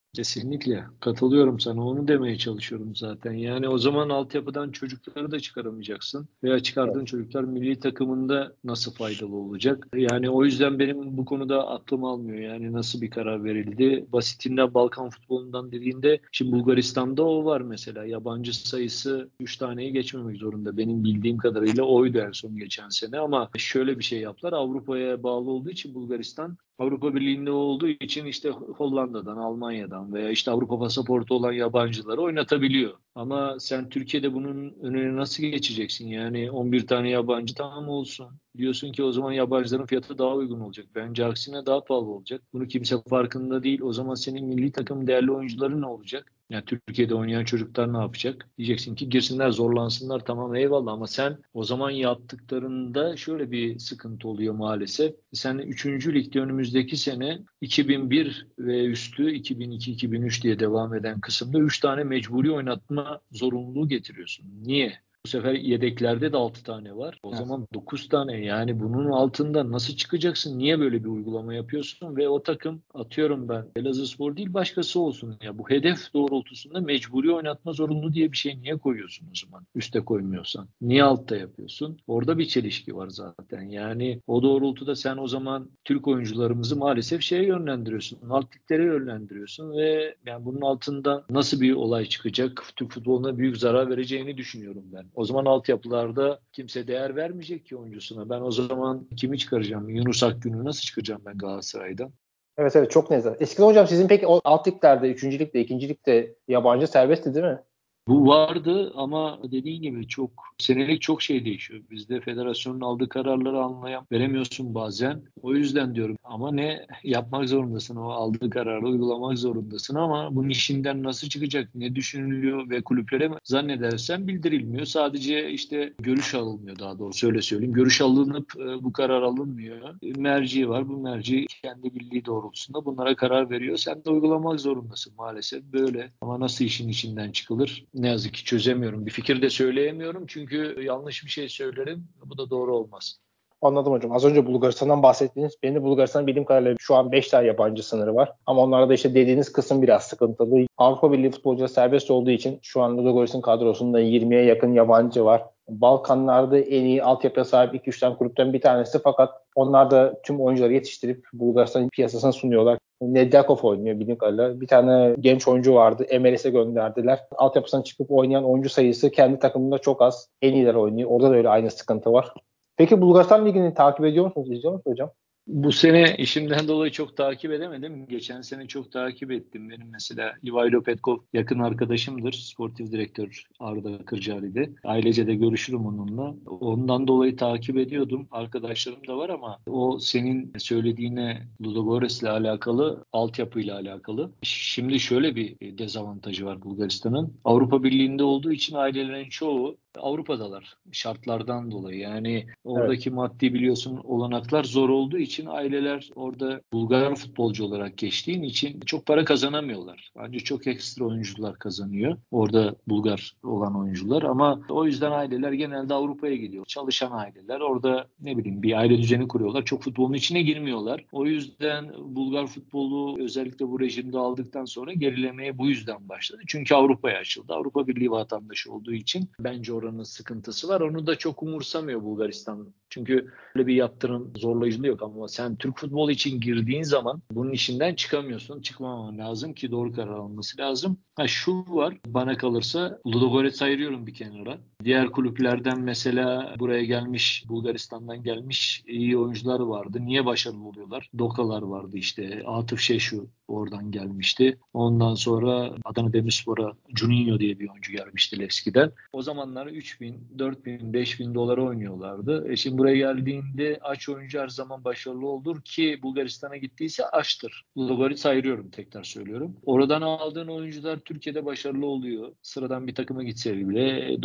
Kesinlikle katılıyorum sana, onu demeye çalışıyorum zaten. Yani o zaman altyapıdan çocukları da çıkaramayacaksın veya çıkardığın Evet. çocuklar milli takımında nasıl faydalı olacak? Yani o yüzden benim bu konuda aklım almıyor. Yani nasıl bir karar verildi? Basitinden Balkan futbolundan dediğinde şimdi Bulgaristan'da o var mesela, yabancı sayısı üç taneyi geçmemek zorunda. Benim bildiğim kadarıyla oydu en son geçen sene, ama şöyle bir şey yaptılar. Avrupa'ya bağlı olduğu için Bulgaristan, Avrupa Birliği'nde olduğu için işte Hollanda'dan, Almanya'dan veya işte Avrupa pasaportu olan yabancıları oynatabiliyor. Ama sen Türkiye'de bunun önüne nasıl geçeceksin? Yani on bir tane yabancı tamam olsun. Diyorsun ki o zaman yabancıların fiyatı daha uygun olacak. Bence aksine daha pahalı olacak. Bunu kimse farkında değil. O zaman senin milli takım değerli oyuncuların ne olacak? Yani Türkiye'de oynayan çocuklar ne yapacak? Diyeceksin ki girsinler, zorlansınlar, tamam eyvallah, ama sen o zaman yaptıklarında şöyle bir sıkıntı oluyor maalesef. Sen üçüncü ligde önümüzdeki sene iki bin bir ve üstü iki bin iki iki bin üç diye devam eden kısımda üç tane mecburi oynatma zorunluluğu getiriyorsun. Niye? Bu sefer yedeklerde de altı tane var. O Evet. zaman dokuz tane. Yani bunun altında nasıl çıkacaksın? Niye böyle bir uygulama yapıyorsun? Ve o takım, atıyorum ben, Elazığspor değil başkası olsun. Ya bu hedef doğrultusunda mecburi oynatma zorunlu diye bir şey niye koyuyorsun o zaman? Üste koymuyorsan. Niye altta yapıyorsun? Orada bir çelişki var zaten. Yani o doğrultuda sen o zaman Türk oyuncularımızı maalesef şeye yönlendiriyorsun. Alt liglere yönlendiriyorsun ve yani bunun altında nasıl bir olay çıkacak? Türk futboluna büyük zarar vereceğini düşünüyorum ben. O zaman altyapılarda kimse değer vermeyecek ki oyuncusuna. Ben o zaman kimi çıkaracağım? Yunus Akgün'ü nasıl çıkaracağım ben Galatasaray'dan? Evet, evet, çok net. Eskiden hocam sizin peki o alt liglerde, üçüncü ligde, ikinci ligde yabancı serbestti değil mi? Bu vardı ama dediğin gibi çok senelik çok şey değişiyor. Bizde federasyonun aldığı kararları anlayam veremiyorsun bazen. O yüzden diyorum, ama ne yapmak zorundasın, o aldığı kararı uygulamak zorundasın, ama bunun işinden nasıl çıkacak, ne düşünülüyor ve kulüplere mi zannedersem bildirilmiyor. Sadece işte görüş alınmıyor, daha doğrusu öyle söyleyeyim. Görüş alınıp e, bu karar alınmıyor. E, merci var, bu merci kendi bildiği doğrultusunda bunlara karar veriyor. Sen de uygulamak zorundasın, maalesef böyle. Ama nasıl işin içinden çıkılır? Ne yazık ki çözemiyorum. Bir fikir de söyleyemiyorum çünkü yanlış bir şey söylerim. Bu da doğru olmaz. Anladım hocam. Az önce Bulgaristan'dan bahsettiniz. Benim de Bulgaristan bildiğim kadarıyla şu an beş tane yabancı sınırı var. Ama onlarda da işte dediğiniz kısım biraz sıkıntılı. Avrupa Birliği futbolcuları serbest olduğu için şu an Ludogorets'in kadrosunda yirmiye yakın yabancı var. Balkanlarda en iyi altyapıya sahip iki üç tane kulüpten bir tanesi, fakat onlar da tüm oyuncuları yetiştirip Bulgaristan piyasasına sunuyorlar. Nedyakov oynuyor bildiğim kadarıyla. Bir tane genç oyuncu vardı. M L S'e gönderdiler. Altyapısından çıkıp oynayan oyuncu sayısı kendi takımında çok az. En iyiler oynuyor. Orada da öyle aynı sıkıntı var. Peki Bulgaristan Ligi'ni takip ediyor musunuz? İzliyor musunuz hocam? Bu sene işimden dolayı çok takip edemedim. Geçen sene çok takip ettim. Benim mesela Ivailo Petkov yakın arkadaşımdır. Sportif direktör Arda Kırcaali'de. Ailece de görüşürüm onunla. Ondan dolayı takip ediyordum. Arkadaşlarım da var, ama o senin söylediğine, Ludogorets'le alakalı, altyapıyla alakalı. Şimdi şöyle bir dezavantajı var Bulgaristan'ın. Avrupa Birliği'nde olduğu için ailelerin çoğu Avrupa'dalar şartlardan dolayı. Yani Evet. oradaki maddi, biliyorsun, olanaklar zor olduğu için aileler orada Bulgar futbolcu olarak geçtiğin için çok para kazanamıyorlar. Ancak çok ekstra oyuncular kazanıyor orada Bulgar olan oyuncular, ama o yüzden aileler genelde Avrupa'ya gidiyor. Çalışan aileler orada ne bileyim bir aile düzeni kuruyorlar. Çok futbolun içine girmiyorlar. O yüzden Bulgar futbolu özellikle bu rejimde aldıktan sonra gerilemeye bu yüzden başladı. Çünkü Avrupa'ya açıldı. Avrupa Birliği vatandaşı olduğu için bence oranın sıkıntısı var. Onu da çok umursamıyor Bulgaristan. Çünkü öyle bir yaptırım zorlayıcılığı yok, ama sen Türk futbolu için girdiğin zaman bunun işinden çıkamıyorsun. Çıkmaman lazım ki doğru karar alınması lazım. Ha şu var, bana kalırsa Ludogorets ayırıyorum bir kenara. Diğer kulüplerden mesela buraya gelmiş, Bulgaristan'dan gelmiş iyi oyuncular vardı. Niye başarılı oluyorlar? Dokalar vardı işte. Atıf Şeşu oradan gelmişti. Ondan sonra Adana Demirspor'a Juninho diye bir oyuncu gelmişti Levski'den. O zamanlar üç bin, dört bin, beş bin dolara oynuyorlardı. E şimdi buraya geldiğinde aç oyuncu her zaman başarılı olur ki Bulgaristan'a gittiyse açtır. Ludogorets ayırıyorum, tekrar söylüyorum. Oradan aldığın oyuncular Türkiye'de başarılı oluyor. Sıradan bir takıma gitse bile Doka'yı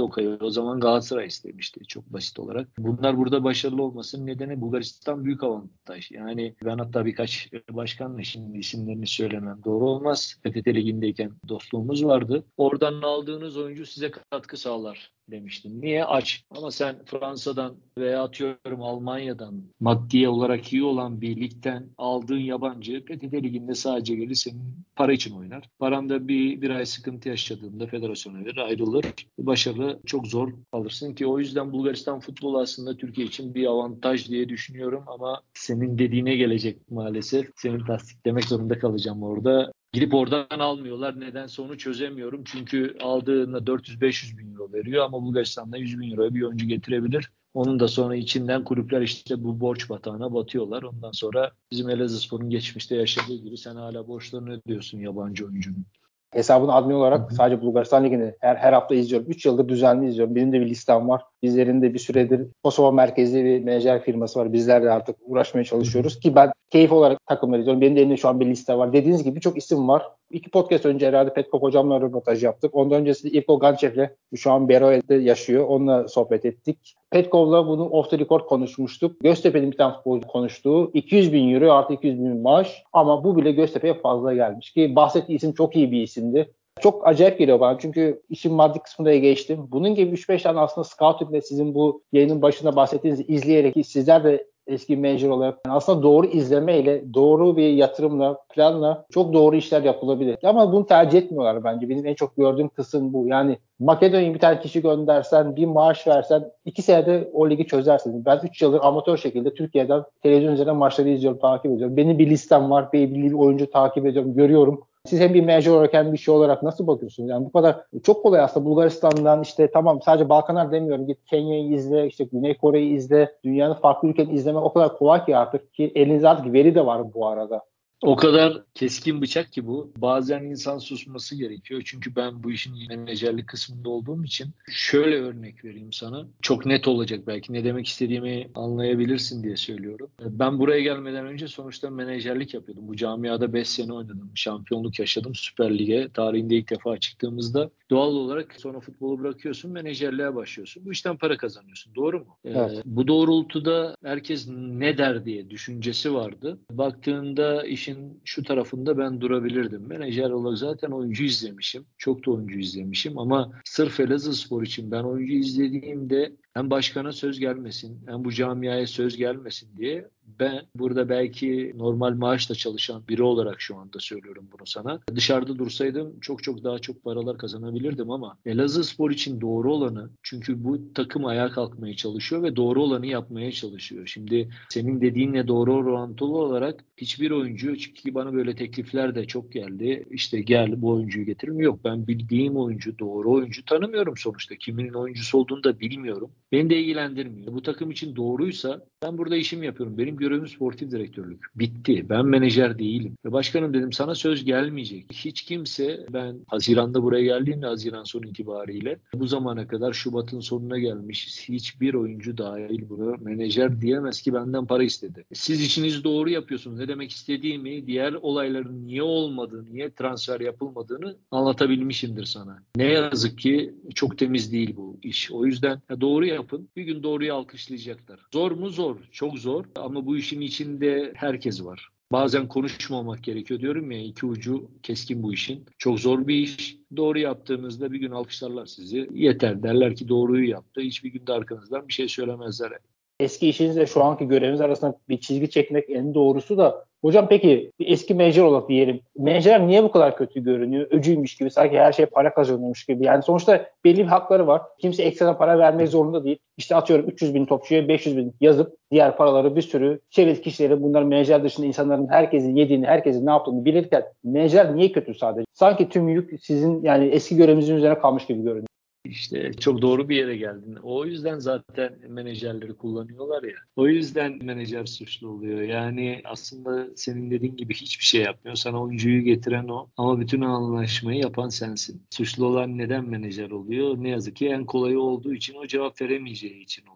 O zaman Galatasaray istemişti çok basit olarak. Bunlar burada başarılı olmasının nedeni Bulgaristan büyük avantaj. Yani ben hatta birkaç başkanla şimdi isimlerini söylemem doğru olmaz. P T T Ligi'ndeyken dostluğumuz vardı. Oradan aldığınız oyuncu size katkı sağlar demiştim. Niye? Aç. Ama sen Fransa'dan veya atıyorum Almanya'dan maddi olarak iyi olan bir ligden aldığın yabancı P T T Ligi'nde sadece gelir senin para için oynar. Paran da bir, bir ay sıkıntı yaşadığında federasyona verir, ayrılır. Başarılı çok zor alırsın ki o yüzden Bulgaristan futbolu aslında Türkiye için bir avantaj diye düşünüyorum ama senin dediğine gelecek maalesef. Seni tasdiklemek zorunda kalacağım orada. Gidip oradan almıyorlar. Nedense onu çözemiyorum. Çünkü aldığında dört yüz beş yüz bin euro veriyor ama Bulgaristan'da yüz bin euroya bir oyuncu getirebilir. Onun da sonra içinden kulüpler işte bu borç batağına batıyorlar. Ondan sonra bizim Elazığspor'un geçmişte yaşadığı gibi sen hala borçlarını ödüyorsun yabancı oyuncunun. Hesabını admin Hı olarak hı. sadece Bulgaristan Ligi'ni her, her hafta izliyorum. üç yıldır düzenli izliyorum. Benim de bir listem var. Bizlerin de bir süredir Kosova merkezli bir menajer firması var. Bizler de artık uğraşmaya çalışıyoruz ki ben keyif olarak takımları izliyorum. Benim de elimde şu an bir liste var. Dediğiniz gibi birçok isim var. İki podcast önce herhalde Petkov hocamla röportaj yaptık. Ondan öncesinde İlko Gançev'le şu an Beroel'de yaşıyor. Onunla sohbet ettik. Petkov'la bunu off the record konuşmuştuk. Göztepe'nin bir tane futbolcu konuştuğu iki yüz bin euro artı iki yüz bin maaş ama bu bile Göztepe'ye fazla gelmiş ki bahsettiği isim çok iyi bir isimdi. Çok acayip geliyor bana çünkü işin maddi kısmına geçtim. Bunun gibi üç beş tane aslında scouting ve sizin bu yayının başında bahsettiğiniz izleyerek sizler de eski menajer olarak yani aslında doğru izlemeyle, doğru bir yatırımla, planla çok doğru işler yapılabilir. Ama bunu tercih etmiyorlar bence. Benim en çok gördüğüm kısım bu. Yani Makedonya'ya bir tane kişi göndersen, bir maaş versen iki senede o ligi çözersin. Ben üç yıldır amatör şekilde Türkiye'den televizyon üzerinden maçları izliyorum, takip ediyorum. Benim bir listem var, bir, bir oyuncu takip ediyorum, görüyorum. Siz hem bir menajer olarak hem bir şey olarak nasıl bakıyorsunuz? Yani bu kadar çok kolay aslında Bulgaristan'dan işte tamam sadece Balkanlar demiyorum. Git Kenya'yı izle, işte Güney Kore'yi izle. Dünyanın farklı ülkelerini izlemek o kadar kolay ki artık ki elinizde artık veri de var bu arada. O kadar keskin bıçak ki bu. Bazen insan susması gerekiyor. Çünkü ben bu işin menajerlik kısmında olduğum için şöyle örnek vereyim sana. Çok net olacak belki. Ne demek istediğimi anlayabilirsin diye söylüyorum. Ben buraya gelmeden önce sonuçta menajerlik yapıyordum. Bu camiada beş sene oynadım. Şampiyonluk yaşadım Süper Lig'e. Tarihinde ilk defa çıktığımızda doğal olarak sonra futbolu bırakıyorsun, menajerliğe başlıyorsun. Bu işten para kazanıyorsun. Doğru mu? Evet. Ee, bu doğrultuda herkes ne der diye düşüncesi vardı. Baktığında işin şu tarafında ben durabilirdim. Menajer olarak zaten oyuncu izlemişim. Çok da oyuncu izlemişim ama sırf Elazığspor için ben oyuncu izlediğimde hem başkana söz gelmesin hem bu camiaya söz gelmesin diye ben burada belki normal maaşla çalışan biri olarak şu anda söylüyorum bunu sana. Dışarıda dursaydım çok çok daha çok paralar kazanabilirdim ama Elazığspor için doğru olanı çünkü bu takım ayağa kalkmaya çalışıyor ve doğru olanı yapmaya çalışıyor. Şimdi senin dediğinle doğru orantılı olarak hiçbir oyuncu çünkü bana böyle teklifler de çok geldi. İşte gel bu oyuncuyu getirin. Yok ben bildiğim oyuncu doğru oyuncu tanımıyorum sonuçta. Kimin oyuncusu olduğunu da bilmiyorum. Beni de ilgilendirmiyor. Bu takım için doğruysa ben burada işimi yapıyorum. Benim görevim sportif direktörlük. Bitti. Ben menajer değilim. Ve başkanım dedim sana söz gelmeyecek. Hiç kimse ben Haziran'da buraya geldiğimde Haziran sonu itibariyle bu zamana kadar Şubat'ın sonuna gelmiş hiçbir oyuncu dahil bunu menajer diyemez ki benden para istedi. Siz işinizi doğru yapıyorsunuz. Ne demek istediğimi, diğer olayların niye olmadığını, niye transfer yapılmadığını anlatabilmişimdir sana. Ne yazık ki çok temiz değil bu iş. O yüzden doğru yapın. Bir gün doğruyu alkışlayacaklar. Zor mu? Zor. Çok zor. Ama bu işin içinde herkes var. Bazen konuşmamak gerekiyor diyorum ya iki ucu keskin bu işin. Çok zor bir iş. Doğru yaptığınızda bir gün alkışlarlar sizi. Yeter derler ki doğruyu yaptı. Hiçbir günde arkanızdan bir şey söylemezler. Eski işinizle şu anki göreviniz arasında bir çizgi çekmek en doğrusu da hocam peki bir eski menajer olarak diyelim. Menajer niye bu kadar kötü görünüyor? Öcüymüş gibi sanki her şey para kazanıyormuş gibi. Yani sonuçta belli bir hakları var. Kimse ekstra para vermek zorunda değil. İşte atıyorum üç yüz bin topçuya beş yüz bin yazıp diğer paraları bir sürü çevre kişileri bunlar menajer dışında insanların herkesin yediğini, herkesin ne yaptığını bilirken menajer niye kötü sadece? Sanki tüm yük sizin yani eski görevinizin üzerine kalmış gibi görünüyor. İşte çok doğru bir yere geldin. O yüzden zaten menajerleri kullanıyorlar ya. O yüzden menajer suçlu oluyor. Yani aslında senin dediğin gibi hiçbir şey yapmıyor. Sana oyuncuyu getiren o. Ama bütün anlaşmayı yapan sensin. Suçlu olan neden menajer oluyor? Ne yazık ki en kolayı olduğu için o cevap veremeyeceği için oluyor.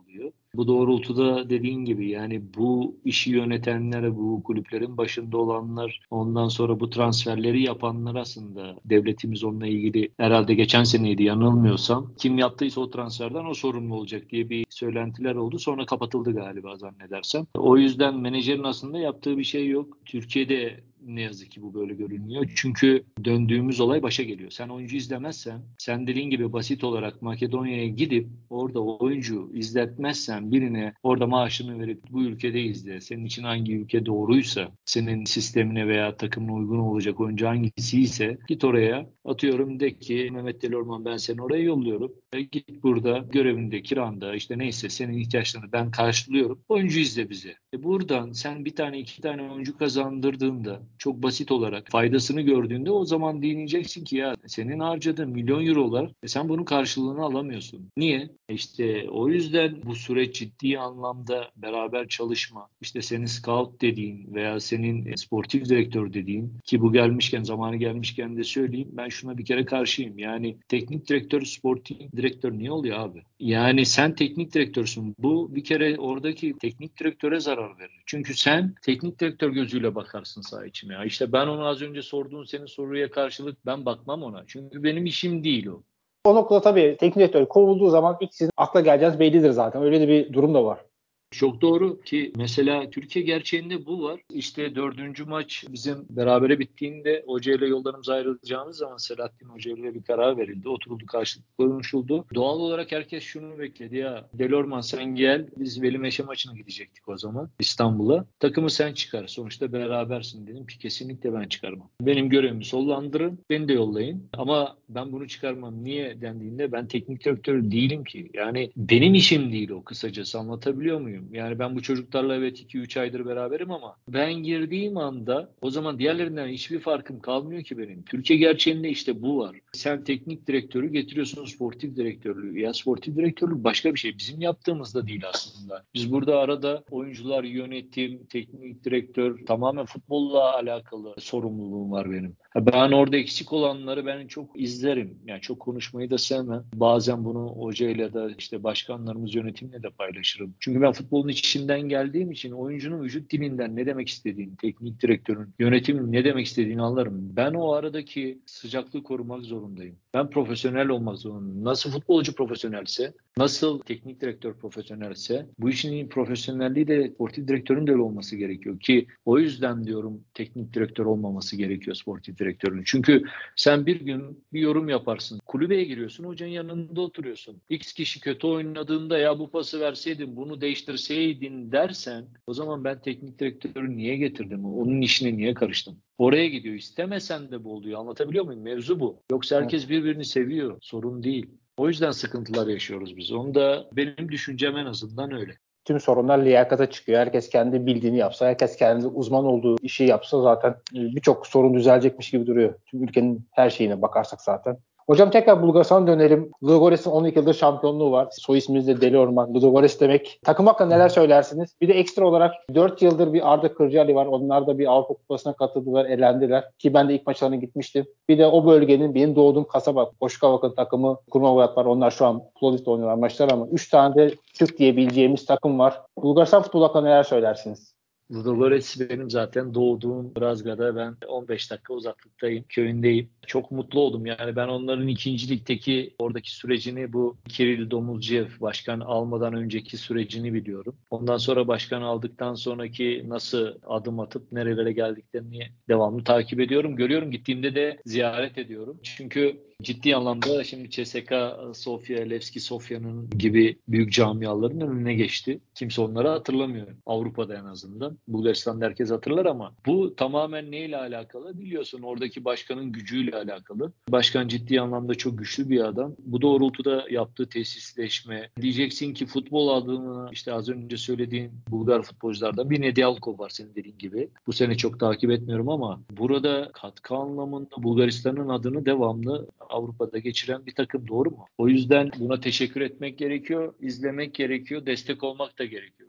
Bu doğrultuda dediğin gibi yani bu işi yönetenler, bu kulüplerin başında olanlar, ondan sonra bu transferleri yapanlar aslında devletimiz onunla ilgili herhalde geçen seneydi yanılmıyorsam kim yaptıysa o transferden o sorumlu olacak diye bir söylentiler oldu. Sonra kapatıldı galiba zannedersem. O yüzden menajerin aslında yaptığı bir şey yok. Türkiye'de ne yazık ki bu böyle görünüyor. Çünkü döndüğümüz olay başa geliyor. Sen oyuncu izlemezsen, sen dediğin gibi basit olarak Makedonya'ya gidip orada oyuncu izletmezsen birine orada maaşını verip bu ülkede izle. Senin için hangi ülke doğruysa, senin sistemine veya takımına uygun olacak oyuncu hangisi ise git oraya. Atıyorum de ki Mehmet Delorman ben seni oraya yolluyorum. E, git burada görevinde, kiranda işte neyse senin ihtiyaçlarını ben karşılıyorum. Oyuncu izle bize. E, buradan sen bir tane iki tane oyuncu kazandırdığında çok basit olarak faydasını gördüğünde o zaman diyeceksin ki ya senin harcadığın milyon eurolar e sen bunun karşılığını alamıyorsun. Niye? E işte o yüzden bu süreç ciddi anlamda beraber çalışma, işte senin scout dediğin veya senin sportif direktör dediğin ki bu gelmişken zamanı gelmişken de söyleyeyim ben şuna bir kere karşıyım. Yani teknik direktör, sportif direktör niye oluyor abi? Yani sen teknik direktörsün. Bu bir kere oradaki teknik direktöre zarar verir. Çünkü sen teknik direktör gözüyle bakarsın saha içine. Ya işte ben onu az önce sorduğun senin soruya karşılık ben bakmam ona. Çünkü benim işim değil o. O noktada tabii teknik direktör kovulduğu zaman ilk sizin akla geleceğiniz bellidir zaten. Öyle de bir durum da var. Çok doğru ki mesela Türkiye gerçeğinde bu var. İşte dördüncü maç bizim berabere bittiğinde Hoca ile yollarımız ayrılacağımız zaman Selahattin Hoca ile bir karar verildi. Oturuldu, karşılıklı konuşuldu. Doğal olarak herkes şunu bekledi ya Delorman sen gel biz Veli Meşe maçına gidecektik o zaman İstanbul'a. Takımı sen çıkar sonuçta berabersin dedim ki kesinlikle ben çıkarmam. Benim görevimi sollandırın beni de yollayın ama ben bunu çıkarmam. Niye dendiğinde ben teknik direktör değilim ki. Yani benim işim değil o kısacası anlatabiliyor muyum? Yani ben bu çocuklarla evet iki üç aydır beraberim ama ben girdiğim anda o zaman diğerlerinden hiçbir farkım kalmıyor ki benim. Türkiye gerçeğinde işte bu var. Sen teknik direktörü getiriyorsun sportif direktörlüğü. Ya sportif direktörlük başka bir şey. Bizim yaptığımızda değil aslında. Biz burada arada oyuncular, yönetim, teknik direktör tamamen futbolla alakalı sorumluluğum var benim. Ben orada eksik olanları ben çok izlerim. Yani çok konuşmayı da sevmem. Bazen bunu hocayla da işte başkanlarımız yönetimle de paylaşırım. Çünkü ben futbolun içinden geldiğim için oyuncunun vücut dilinden ne demek istediğini, teknik direktörün, yönetimin ne demek istediğini anlarım. Ben o aradaki sıcaklığı korumak zorundayım. Ben profesyonel olmak zorundayım. Nasıl futbolcu profesyonelse, nasıl teknik direktör profesyonelse bu işin profesyonelliği de sportif direktörün de öyle olması gerekiyor ki o yüzden diyorum teknik direktör olmaması gerekiyor sportif direktörün. Çünkü sen bir gün bir yorum yaparsın. Kulübeye giriyorsun, hocanın yanında oturuyorsun. X kişi kötü oynadığında ya bu pası verseydin, bunu değiştirseydin dersen o zaman ben teknik direktörü niye getirdim? Onun işine niye karıştım? Oraya gidiyor. İstemesen de bu oluyor. Anlatabiliyor muyum? Mevzu bu. Yoksa herkes birbirini seviyor. Sorun değil. O yüzden sıkıntılar yaşıyoruz biz. Onu da benim düşüncem en azından öyle. Tüm sorunlar liyakata çıkıyor. Herkes kendi bildiğini yapsa, herkes kendi uzman olduğu işi yapsa zaten birçok sorun düzelecekmiş gibi duruyor. Tüm ülkenin her şeyine bakarsak zaten. Hocam tekrar Bulgaristan'a dönelim. Ludogorets'in on iki yıldır şampiyonluğu var. Soy isminiz de Deli Orman. Ludogorets demek. Takım hakkında neler söylersiniz? Bir de ekstra olarak dört yıldır bir Arda Kırcaali var. Onlar da bir Avrupa Kupası'na katıldılar, elendiler. Ki ben de ilk maçlarına gitmiştim. Bir de o bölgenin benim doğduğum kasaba Koşkavak'ın takımı Kurmavayat var. Onlar şu an Plodiv'de oynuyorlar maçlar ama üç tane de Türk diyebileceğimiz takım var. Bulgaristan futbolu hakkında neler söylersiniz? Ludogorets benim zaten doğduğum Razga'da ben on beş dakika uzaklıktayım, köyündeyim. Çok mutlu oldum. Yani ben onların ikinci ligdeki oradaki sürecini bu Kiril Domuzcev başkan almadan önceki sürecini biliyorum. Ondan sonra başkan aldıktan sonraki nasıl adım atıp nerelere geldiklerini devamlı takip ediyorum. Görüyorum gittiğimde de ziyaret ediyorum. Çünkü ciddi anlamda şimdi C S K A Sofya, Levski Sofya'nın gibi büyük camiaların önüne geçti. Kimse onları hatırlamıyor. Avrupa'da en azından. Bulgaristan'da herkes hatırlar ama bu tamamen neyle alakalı? Biliyorsun oradaki başkanın gücüyle alakalı. Başkan ciddi anlamda çok güçlü bir adam. Bu doğrultuda yaptığı tesisleşme. Diyeceksin ki futbol adına işte az önce söylediğin Bulgar futbolculardan bir Nedyalkov var senin dediğin gibi. Bu sene çok takip etmiyorum ama burada katkı anlamında Bulgaristan'ın adını devamlı Avrupa'da geçiren bir takım doğru mu? O yüzden buna teşekkür etmek gerekiyor, izlemek gerekiyor, destek olmak da gerekiyor.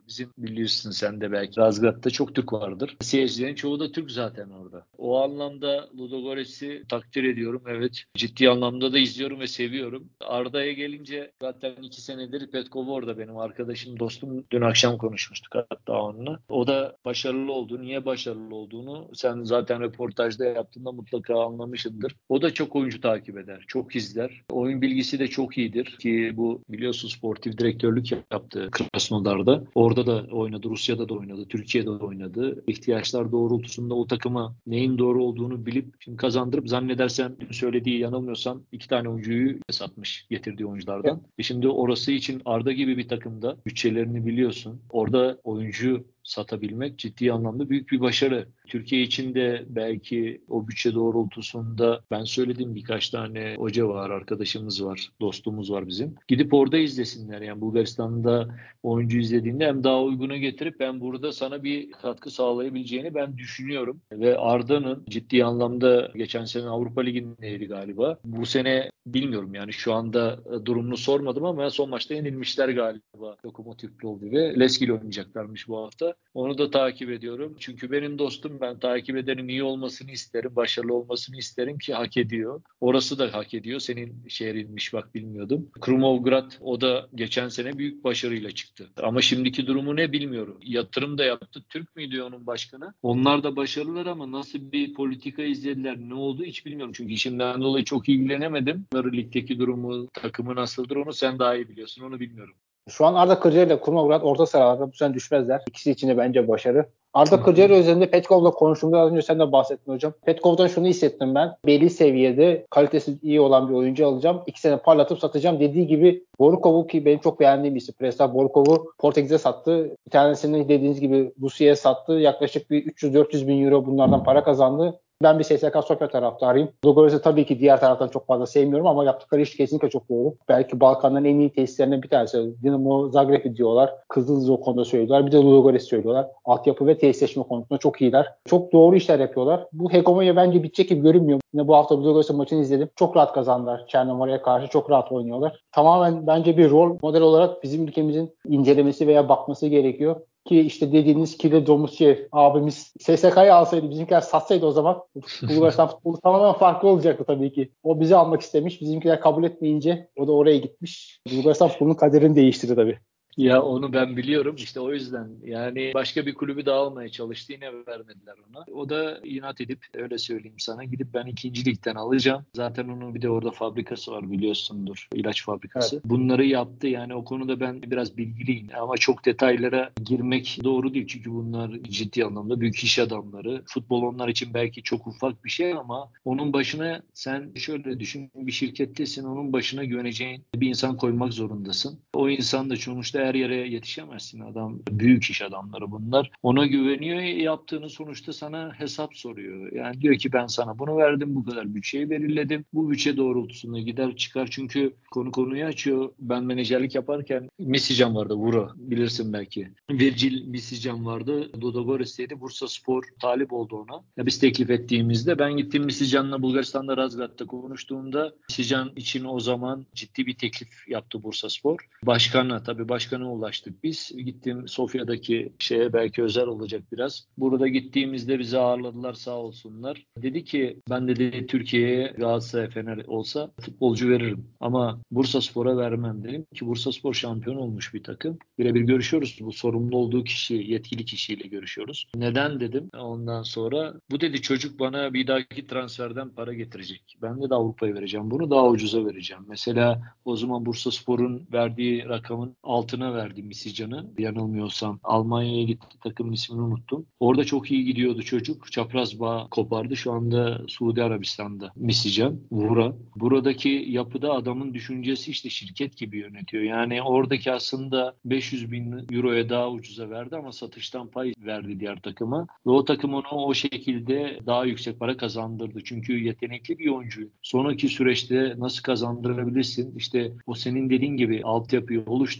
Bizim biliyorsun sen de belki Razgrad'da çok Türk vardır. Seyircilerin çoğu da Türk zaten orada. O anlamda Ludogorets'i takdir ediyorum. Evet, ciddi anlamda da izliyorum ve seviyorum. Arda'ya gelince zaten iki senedir Petkov orada benim arkadaşım, dostum. Dün akşam konuşmuştuk hatta onunla. O da başarılı oldu. Niye başarılı olduğunu sen zaten röportajda yaptığında mutlaka anlamışsındır. O da çok oyuncu takip eder. Çok izler. Oyun bilgisi de çok iyidir ki bu biliyorsun sportif direktörlük yaptı Krasnodar'da. Orada da oynadı. Rusya'da da oynadı. Türkiye'de de oynadı. İhtiyaçlar doğrultusunda o takıma neyin doğru olduğunu bilip şimdi kazandırıp zannedersem söylediği yanılmıyorsam iki tane oyuncuyu satmış getirdiği oyunculardan. Evet. E şimdi orası için Arda gibi bir takımda bütçelerini biliyorsun. Orada oyuncu satabilmek ciddi anlamda büyük bir başarı. Türkiye için de belki o bütçe doğrultusunda ben söyledim birkaç tane hoca var, arkadaşımız var, dostumuz var bizim. Gidip orada izlesinler. Yani Bulgaristan'da oyuncu izlediğinde hem daha uyguna getirip ben burada sana bir katkı sağlayabileceğini ben düşünüyorum. Ve Arda'nın ciddi anlamda geçen sene Avrupa Ligi'ndeydi galiba. Bu sene bilmiyorum yani şu anda durumunu sormadım ama son maçta yenilmişler galiba Lokomotiv Plovdiv ve Leskil oynayacaklarmış bu hafta. Onu da takip ediyorum. Çünkü benim dostum, ben takip ederim, iyi olmasını isterim, başarılı olmasını isterim ki hak ediyor. Orası da hak ediyor. Senin şehrinmiş bak bilmiyordum. Krumovgrad o da geçen sene büyük başarıyla çıktı. Ama şimdiki durumu ne bilmiyorum. Yatırım da yaptı. Türk müydü onun başkanı? Onlar da başarılılar ama nasıl bir politika izlediler, ne oldu hiç bilmiyorum. Çünkü işimden dolayı çok ilgilenemedim. Ligdeki durumu, takımı nasıldır onu sen daha iyi biliyorsun. Onu bilmiyorum. Şu an Arda Kırca ile Kurmograd orta sıralarda bu sene düşmezler. İkisi için de bence başarı. Arda Kırca ile özelinde Petkov'la konuştuğumda az önce sen de bahsettin hocam. Petkov'dan şunu hissettim ben. Belli seviyede kalitesi iyi olan bir oyuncu alacağım. İki sene parlatıp satacağım dediği gibi Borukov'u ki benim çok beğendiğim bir isim. Preslav Borukov'u Portekiz'e sattı. Bir tanesini dediğiniz gibi Rusya'ya sattı. Yaklaşık bir üç yüz dört yüz bin euro bunlardan para kazandı. Ben bir S S K Sofya taraftarıyım. Ludogorets'i tabii ki diğer taraftan çok fazla sevmiyorum ama yaptıkları iş kesinlikle çok doğru. Belki Balkanların en iyi tesislerinden bir tanesi. Dinamo Zagreb'i diyorlar. Kızıldız o konuda söylüyorlar. Bir de Ludogorets söylüyorlar. Altyapı ve tesisleşme konusunda çok iyiler. Çok doğru işler yapıyorlar. Bu hegemonya bence bitecek gibi görünmüyor. Yine bu hafta Ludogorets'in maçını izledim. Çok rahat kazandılar. Çernomora'ya karşı çok rahat oynuyorlar. Tamamen bence bir rol model olarak bizim ülkemizin incelemesi veya bakması gerekiyor. Ki işte dediğiniz Kile Domusyev abimiz S S K'yı alsaydı, bizimkiler satsaydı o zaman Bulgaristan futbolu tamamen farklı olacaktı tabii ki. O bizi almak istemiş. Bizimkiler kabul etmeyince o da oraya gitmiş. Bulgaristan futbolunun kaderini değiştirdi tabii. Ya onu ben biliyorum işte o yüzden yani başka bir kulübü daha almaya çalıştı yine vermediler ona. O da inat edip öyle söyleyeyim sana gidip ben ikinci ligden alacağım. Zaten onun bir de orada fabrikası var biliyorsundur ilaç fabrikası. Evet. Bunları yaptı yani o konuda ben biraz bilgiliyim ama çok detaylara girmek doğru değil. Çünkü bunlar ciddi anlamda büyük iş adamları. Futbol onlar için belki çok ufak bir şey ama onun başına sen şöyle düşün bir şirkettesin onun başına güveneceğin bir insan koymak zorundasın. O insan da sonuçta her yere yetişemezsin. Adam büyük iş adamları bunlar. Ona güveniyor. Yaptığını sonuçta sana hesap soruyor. Yani diyor ki ben sana bunu verdim. Bu kadar bütçeyi belirledim. Bu bütçe doğrultusunda gider çıkar. Çünkü konu konuyu açıyor. Ben menajerlik yaparken Misican vardı. Vura. Bilirsin belki. Virgil Misican vardı. Ludogorets'teydi. Bursaspor talip oldu ona. Ya biz teklif ettiğimizde ben gittim Misican'la Bulgaristan'da Razgrad'da konuştuğumda Misican için o zaman ciddi bir teklif yaptı Bursaspor. Başkanla tabii başkana ulaştık biz. Gittim Sofya'daki şeye belki özel olacak biraz. Burada gittiğimizde bizi ağırladılar sağ olsunlar. Dedi ki ben dedi Türkiye'ye Galatasaray Fener olsa futbolcu veririm. Ama Bursaspor'a vermem dedim ki Bursaspor şampiyon olmuş bir takım. Birebir görüşüyoruz. Bu sorumlu olduğu kişi, yetkili kişiyle görüşüyoruz. Neden dedim. Ondan sonra bu dedi çocuk bana bir dahaki transferden para getirecek. Ben de, de Avrupa'ya vereceğim. Bunu daha ucuza vereceğim. Mesela o zaman Bursaspor'un verdiği rakamın altına verdi Misican'ı. Yanılmıyorsam Almanya'ya gitti, takımın ismini unuttum. Orada çok iyi gidiyordu çocuk. Çapraz bağ kopardı. Şu anda Suudi Arabistan'da Misican, Vura. Buradaki yapıda adamın düşüncesi işte şirket gibi yönetiyor. Yani oradaki aslında beş yüz bin euroya daha ucuza verdi ama satıştan pay verdi diğer takıma. Ve o takım onu o şekilde daha yüksek para kazandırdı. Çünkü yetenekli bir oyuncu. Sonraki süreçte nasıl kazandırabilirsin? İşte o senin dediğin gibi altyapıyı oluşturup onu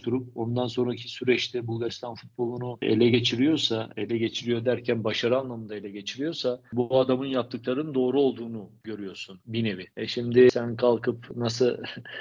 ondan sonraki süreçte Bulgaristan futbolunu ele geçiriyorsa, ele geçiriyor derken başarı anlamında ele geçiriyorsa bu adamın yaptıklarının doğru olduğunu görüyorsun bir nevi. E şimdi sen kalkıp nasıl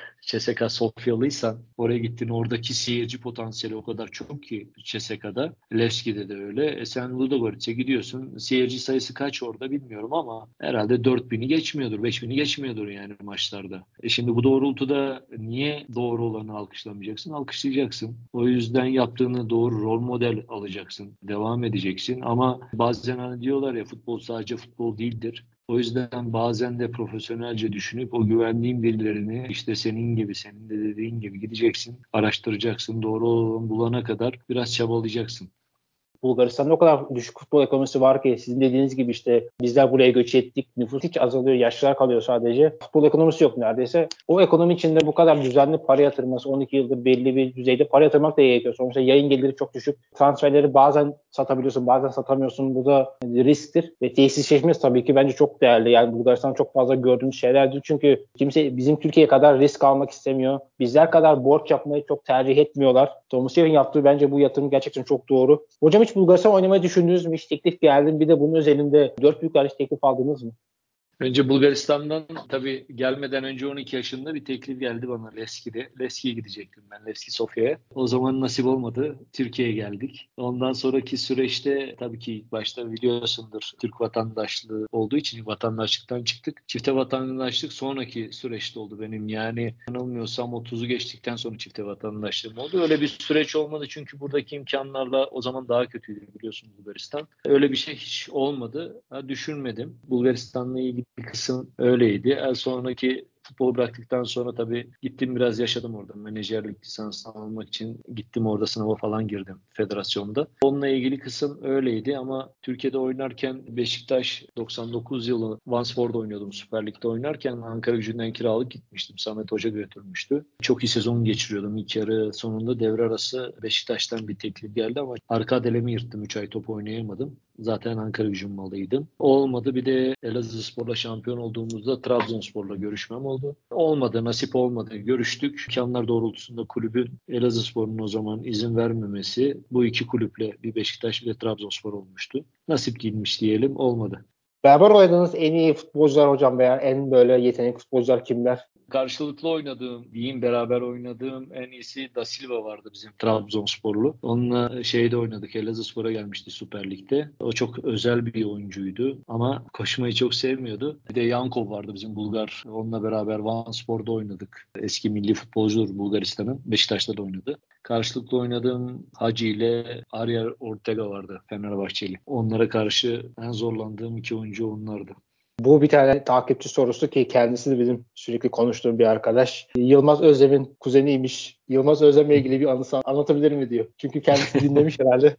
C S K A Sofyalıysan oraya gittin, oradaki seyirci potansiyeli o kadar çok ki C S K A'da, Levski'de de öyle. E sen Ludogorets'e gidiyorsun. Seyirci sayısı kaç orada bilmiyorum ama herhalde dört bini geçmiyordur, beş bini geçmiyordur yani maçlarda. E şimdi bu doğrultuda niye doğru olanı alkışlamayacaksın? Alkışlayacaksın. O yüzden yaptığını doğru rol model alacaksın. Devam edeceksin ama bazen hani diyorlar ya, futbol sadece futbol değildir. O yüzden bazen de profesyonelce düşünüp o güvendiğin birilerini, işte senin gibi, senin de dediğin gibi gideceksin, araştıracaksın, doğru olanı bulana kadar biraz çabalayacaksın. Bulgaristan'da o kadar düşük futbol ekonomisi var ki sizin dediğiniz gibi işte bizler buraya göç ettik. Nüfus hiç azalıyor. Yaşlılar kalıyor sadece. Futbol ekonomisi yok neredeyse. O ekonomi içinde bu kadar düzenli para yatırması, on iki yıldır belli bir düzeyde para yatırmak da gerekiyor. Sonuçta yayın geliri çok düşük. Transferleri bazen satabiliyorsun, bazen satamıyorsun. Bu da risktir. Ve tesisleşmesi tabii ki bence çok değerli. Yani Bulgaristan'da çok fazla gördüğümüz şeylerdir. Çünkü kimse bizim Türkiye kadar risk almak istemiyor. Bizler kadar borç yapmayı çok tercih etmiyorlar. Tomusyev'in yaptığı bence bu yatırım gerçekten çok doğru. Hocam hiç Bulgaristan oynamayı düşündünüz mü? Hiç teklif geldi. Bir de bunun özelinde dört büyükler hiç teklif aldınız mı? Önce Bulgaristan'dan, tabii gelmeden önce on iki yaşında bir teklif geldi bana Levski'de. Levski'ye gidecektim ben, Levski Sofya'ya. O zaman nasip olmadı. Türkiye'ye geldik. Ondan sonraki süreçte tabii ki ilk başta biliyorsundur, Türk vatandaşlığı olduğu için vatandaşlıktan çıktık. Çifte vatandaşlık sonraki süreçte oldu benim. Yani yanılmıyorsam otuzu geçtikten sonra çifte vatandaşlığım oldu. Öyle bir süreç olmadı çünkü buradaki imkanlarla o zaman daha kötüydü biliyorsun Bulgaristan. Öyle bir şey hiç olmadı. Ha, düşünmedim. Bulgaristan'la ilgili bir kısım öyleydi. El sonraki futbol bıraktıktan sonra tabii gittim, biraz yaşadım orada. Menajerlik lisansını almak için gittim, orada sınava falan girdim federasyonda. Onunla ilgili kısım öyleydi ama Türkiye'de oynarken Beşiktaş doksan dokuz yılı Vansford'da oynuyordum, Süper Lig'de oynarken Ankaragücü'nden kiralık gitmiştim. Samet Hoca götürmüştü. Çok iyi sezon geçiriyordum. İlk yarı sonunda devre arası Beşiktaş'tan bir teklif geldi ama arka adelemi yırttım. üç ay top oynayamadım. Zaten Ankaragücü'nün malıydım. Olmadı. Bir de Elazığspor'la şampiyon olduğumuzda Trabzonspor'la görüşmem oldu. Olmadı, nasip olmadı. Görüştük. İmkanlar doğrultusunda kulübün, Elazığspor'un o zaman izin vermemesi, bu iki kulüple, bir Beşiktaş bir de Trabzonspor olmuştu. Nasip değilmiş diyelim, olmadı. Beraber oynadığınız en iyi futbolcular hocam veya en böyle yetenekli futbolcular kimler? Karşılıklı oynadığım, diyeyim beraber oynadığım en iyisi Da Silva vardı, bizim Trabzonsporlu. Onunla şeyde oynadık. Elazığspor'a gelmişti Süper Lig'de. O çok özel bir oyuncuydu ama koşmayı çok sevmiyordu. Bir de Yankov vardı, bizim Bulgar. Onunla beraber Vanspor'da oynadık. Eski milli futbolcudur Bulgaristan'ın. Beşiktaş'ta da oynadı. Karşılıklı oynadığım Hacı ile Ariel Ortega vardı, Fenerbahçeli. Onlara karşı en zorlandığım iki oyuncu onlardı. Bu bir tane takipçi sorusu ki kendisi de bizim sürekli konuştuğum bir arkadaş. Yılmaz Özlem'in kuzeniymiş. Yılmaz Özlem'le ilgili bir anısı anlatabilir mi diyor. Çünkü kendisi dinlemiş herhalde.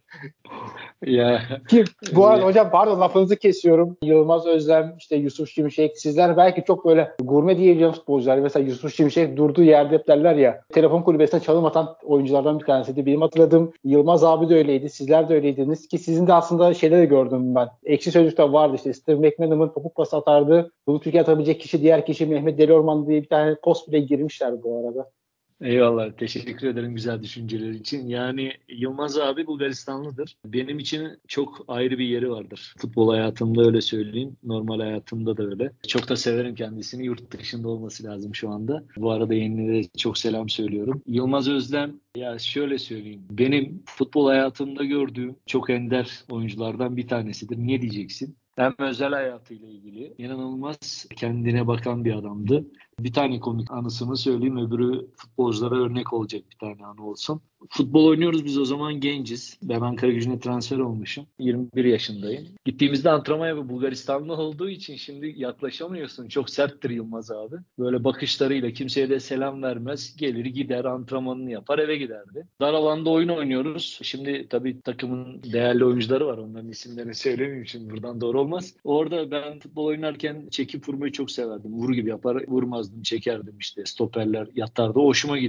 Ya, Kim? Bu arada ya. hocam pardon lafınızı kesiyorum. Yılmaz Özlem, işte Yusuf Şimşek. Sizler belki çok böyle gurme diyebileceğim futbolcular. Mesela Yusuf Şimşek durduğu yerde hep derler ya. Telefon kulübesine çalım atan oyunculardan bir tanesiydi. Benim hatırladığım Yılmaz abi de öyleydi. Sizler de öyleydiniz ki sizin de aslında şeyde de gördüm ben. Ekşi Sözlük'te vardı işte. Steve McManaman'ın topu pas atardı. Bunu Türkiye atabilecek kişi, diğer kişi Mehmet Deliorman diye bir tane post bile girmişler bu arada. Eyvallah. Teşekkür ederim güzel düşünceler için. Yani Yılmaz abi Bulgaristanlıdır. Benim için çok ayrı bir yeri vardır. Futbol hayatımda öyle söyleyeyim. Normal hayatımda da öyle. Çok da severim kendisini. Yurt dışında olması lazım şu anda. Bu arada yenilere çok selam söylüyorum. Yılmaz Özlem, ya şöyle söyleyeyim. Benim futbol hayatımda gördüğüm çok ender oyunculardan bir tanesidir. Niye diyeceksin? Hem özel hayatıyla ilgili inanılmaz kendine bakan bir adamdı. Bir tane komik anısını söyleyeyim, öbürü futbolculara örnek olacak bir tane anı olsun. Futbol oynuyoruz biz, o zaman genciz. Ben Ankaragücü'ne transfer olmuşum. yirmi bir yaşındayım. Gittiğimizde antrenman yapıyor. Bulgaristanlı olduğu için şimdi yaklaşamıyorsun. Çok serttir Yılmaz abi. Böyle bakışlarıyla kimseye de selam vermez. Gelir gider antrenmanını yapar eve giderdi. Dar alanda oyun oynuyoruz. Şimdi tabii takımın değerli oyuncuları var. Onların isimlerini söylemeyeyim şimdi, buradan doğru olmaz. Orada ben futbol oynarken çekip vurmayı çok severdim. Vur gibi yapar vurmazdım, çekerdim işte. Stoperler yatardı. O hoşuma gidiyordu mesela.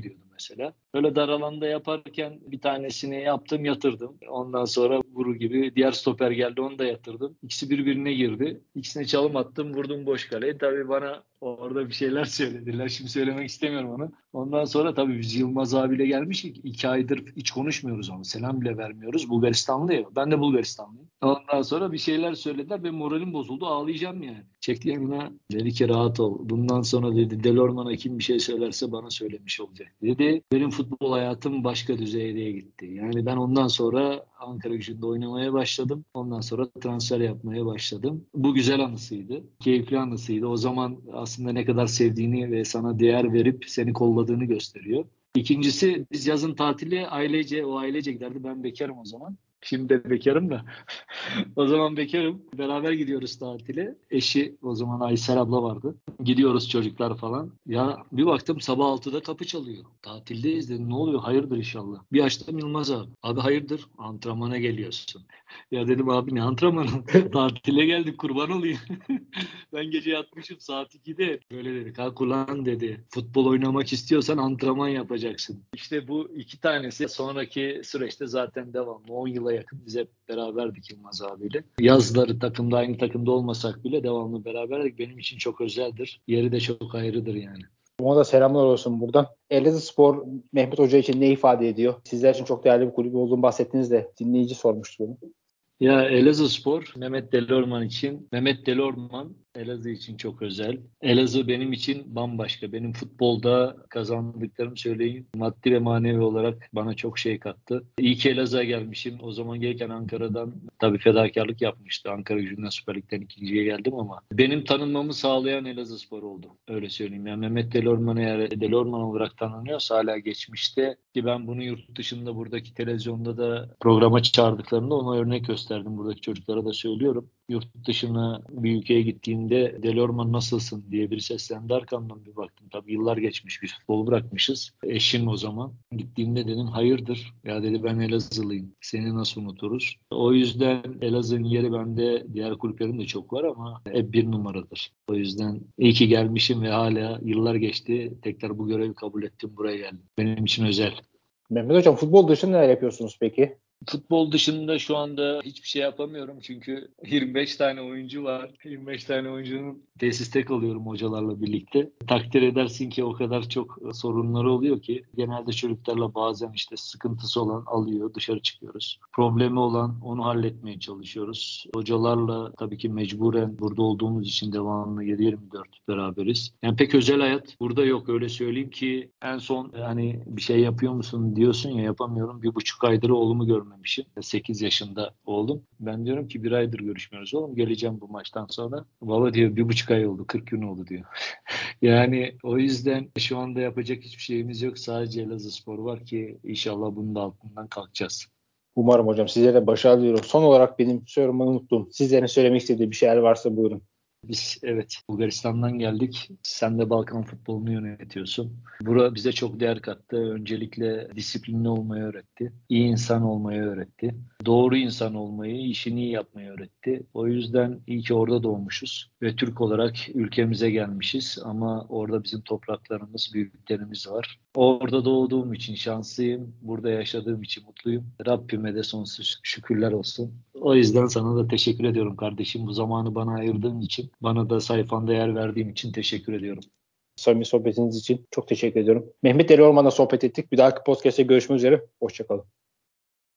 mesela. Öyle dar alanda yaparken bir tanesini yaptım, yatırdım. Ondan sonra vuru gibi diğer stoper geldi, onu da yatırdım. İkisi birbirine girdi. İkisine çalım attım, vurdum boş kaleye. Tabii bana orada bir şeyler söylediler. Şimdi söylemek istemiyorum onu. Ondan sonra tabii biz Yılmaz abiyle gelmiştik. İki aydır hiç konuşmuyoruz ama. Selam bile vermiyoruz. Bulgaristanlı ya. Ben de Bulgaristanlıyım. Ondan sonra bir şeyler söylediler ve moralim bozuldu. Ağlayacağım yani. Çekti yanına. Dedi ki rahat ol. Bundan sonra dedi Delorman'a kim bir şey söylerse bana söylemiş olacak. Dedi benim futbol hayatım başka düzeye gitti. Yani ben ondan sonra Ankaragücü'nde oynamaya başladım. Ondan sonra transfer yapmaya başladım. Bu güzel anısıydı. Keyifli anısıydı. O zaman aslında ne kadar sevdiğini ve sana değer verip seni kolladığını gösteriyor. İkincisi biz yazın tatili ailece, o ailece giderdi. Ben bekarım o zaman. Şimdi de bekarım da. O zaman bekarım. Beraber gidiyoruz tatile. Eşi o zaman Aysel abla vardı. Gidiyoruz çocuklar falan. Ya bir baktım sabah altıda kapı çalıyor. Tatildeyiz dedim. Ne oluyor? Hayırdır inşallah. Bir açtım Yılmaz abi. Abi hayırdır? Antrenmana geliyorsun. Ya dedim abi ne antrenmanı? Tatile geldik kurban olayım. Ben gece yatmışım saat ikide. Böyle dedi. Kalk ulan dedi. Futbol oynamak istiyorsan antrenman yapacaksın. İşte bu iki tanesi sonraki süreçte zaten devamlı. on yıla yakın biz hep beraberdik Yılmaz abiyle. Yazları takımda aynı takımda olmasak bile devamlı beraberdik. Benim için çok özeldir. Yeri de çok ayrıdır yani. Ona da selamlar olsun buradan. Elazığspor Mehmet Hoca için ne ifade ediyor? Sizler için çok değerli bir kulüp olduğunu bahsettiniz de dinleyici sormuştu bunu. Ya Elazığspor Mehmet Delorman için, Mehmet Delorman Elazığ için çok özel. Elazığ benim için bambaşka. Benim futbolda kazandıklarımı söyleyeyim. Maddi ve manevi olarak bana çok şey kattı. İyi ki Elazığ'a gelmişim. O zaman gelirken Ankara'dan tabii fedakarlık yapmıştı. Ankaragücü'nden Süper Lig'den ikinciye geldim ama benim tanınmamı sağlayan Elazığspor oldu. Öyle söyleyeyim. Yani Mehmet Delorman eğer Delorman olarak tanınıyorsa hala geçmişte ki ben bunu yurt dışında buradaki televizyonda da programa çağırdıklarında ona örnek gösterdim. Buradaki çocuklara da söylüyorum. Yurt dışına bir ülkeye gittiğinde Delorman nasılsın diye biri seslendi, arkamdan bir baktım. Tabii yıllar geçmiş, biz futbolu bırakmışız. Eşim o zaman. Gittiğimde dedim hayırdır? Ya dedi ben Elazığlıyım. Seni nasıl unuturuz? O yüzden Elazığ'ın yeri bende, diğer kulüplerin de çok var ama hep bir numaradır. O yüzden iyi ki gelmişim ve hala yıllar geçti. Tekrar bu görevi kabul ettim, buraya geldim. Benim için özel. Mehmet Hocam futbol dışında neler yapıyorsunuz peki? Futbol dışında şu anda hiçbir şey yapamıyorum çünkü yirmi beş tane oyuncu var. yirmi beş tane oyuncunun tesiste kalıyorum hocalarla birlikte. Takdir edersin ki o kadar çok sorunları oluyor ki genelde çocuklarla bazen işte sıkıntısı olan alıyor, dışarı çıkıyoruz. Problemi olan onu halletmeye çalışıyoruz. Hocalarla tabii ki mecburen burada olduğumuz için devamlı yedi yirmi dört beraberiz. Yani pek özel hayat burada yok, öyle söyleyeyim ki en son hani bir şey yapıyor musun diyorsun ya, yapamıyorum. Bir buçuk aydır oğlumu görmemişim. sekiz yaşında oğlum. Ben diyorum ki bir aydır görüşmüyoruz oğlum. Geleceğim bu maçtan sonra. Baba diyor bir buçuk ay oldu. kırk gün oldu diyor. Yani o yüzden şu anda yapacak hiçbir şeyimiz yok. Sadece Elazığspor var ki inşallah bunun da altından kalkacağız. Umarım hocam sizlere başarılı diliyorum. Son olarak benim sormayı unuttum. Sizlerin söylemek istediği bir şeyler varsa buyurun. Biz evet Bulgaristan'dan geldik. Sen de Balkan futbolunu yönetiyorsun. Bura bize çok değer kattı. Öncelikle disiplinli olmayı öğretti. İyi insan olmayı öğretti. Doğru insan olmayı, işini iyi yapmayı öğretti. O yüzden iyi ki orada doğmuşuz. Ve Türk olarak ülkemize gelmişiz. Ama orada bizim topraklarımız, büyüklerimiz var. Orada doğduğum için şanslıyım. Burada yaşadığım için mutluyum. Rabbime de sonsuz şükürler olsun. O yüzden sana da teşekkür ediyorum kardeşim. Bu zamanı bana ayırdığın için, bana da sayfanda yer verdiğin için teşekkür ediyorum. Samimi sohbetiniz için çok teşekkür ediyorum. Mehmet Ali Orman'la sohbet ettik. Bir dahaki podcast'te görüşmek üzere. Hoşçakalın.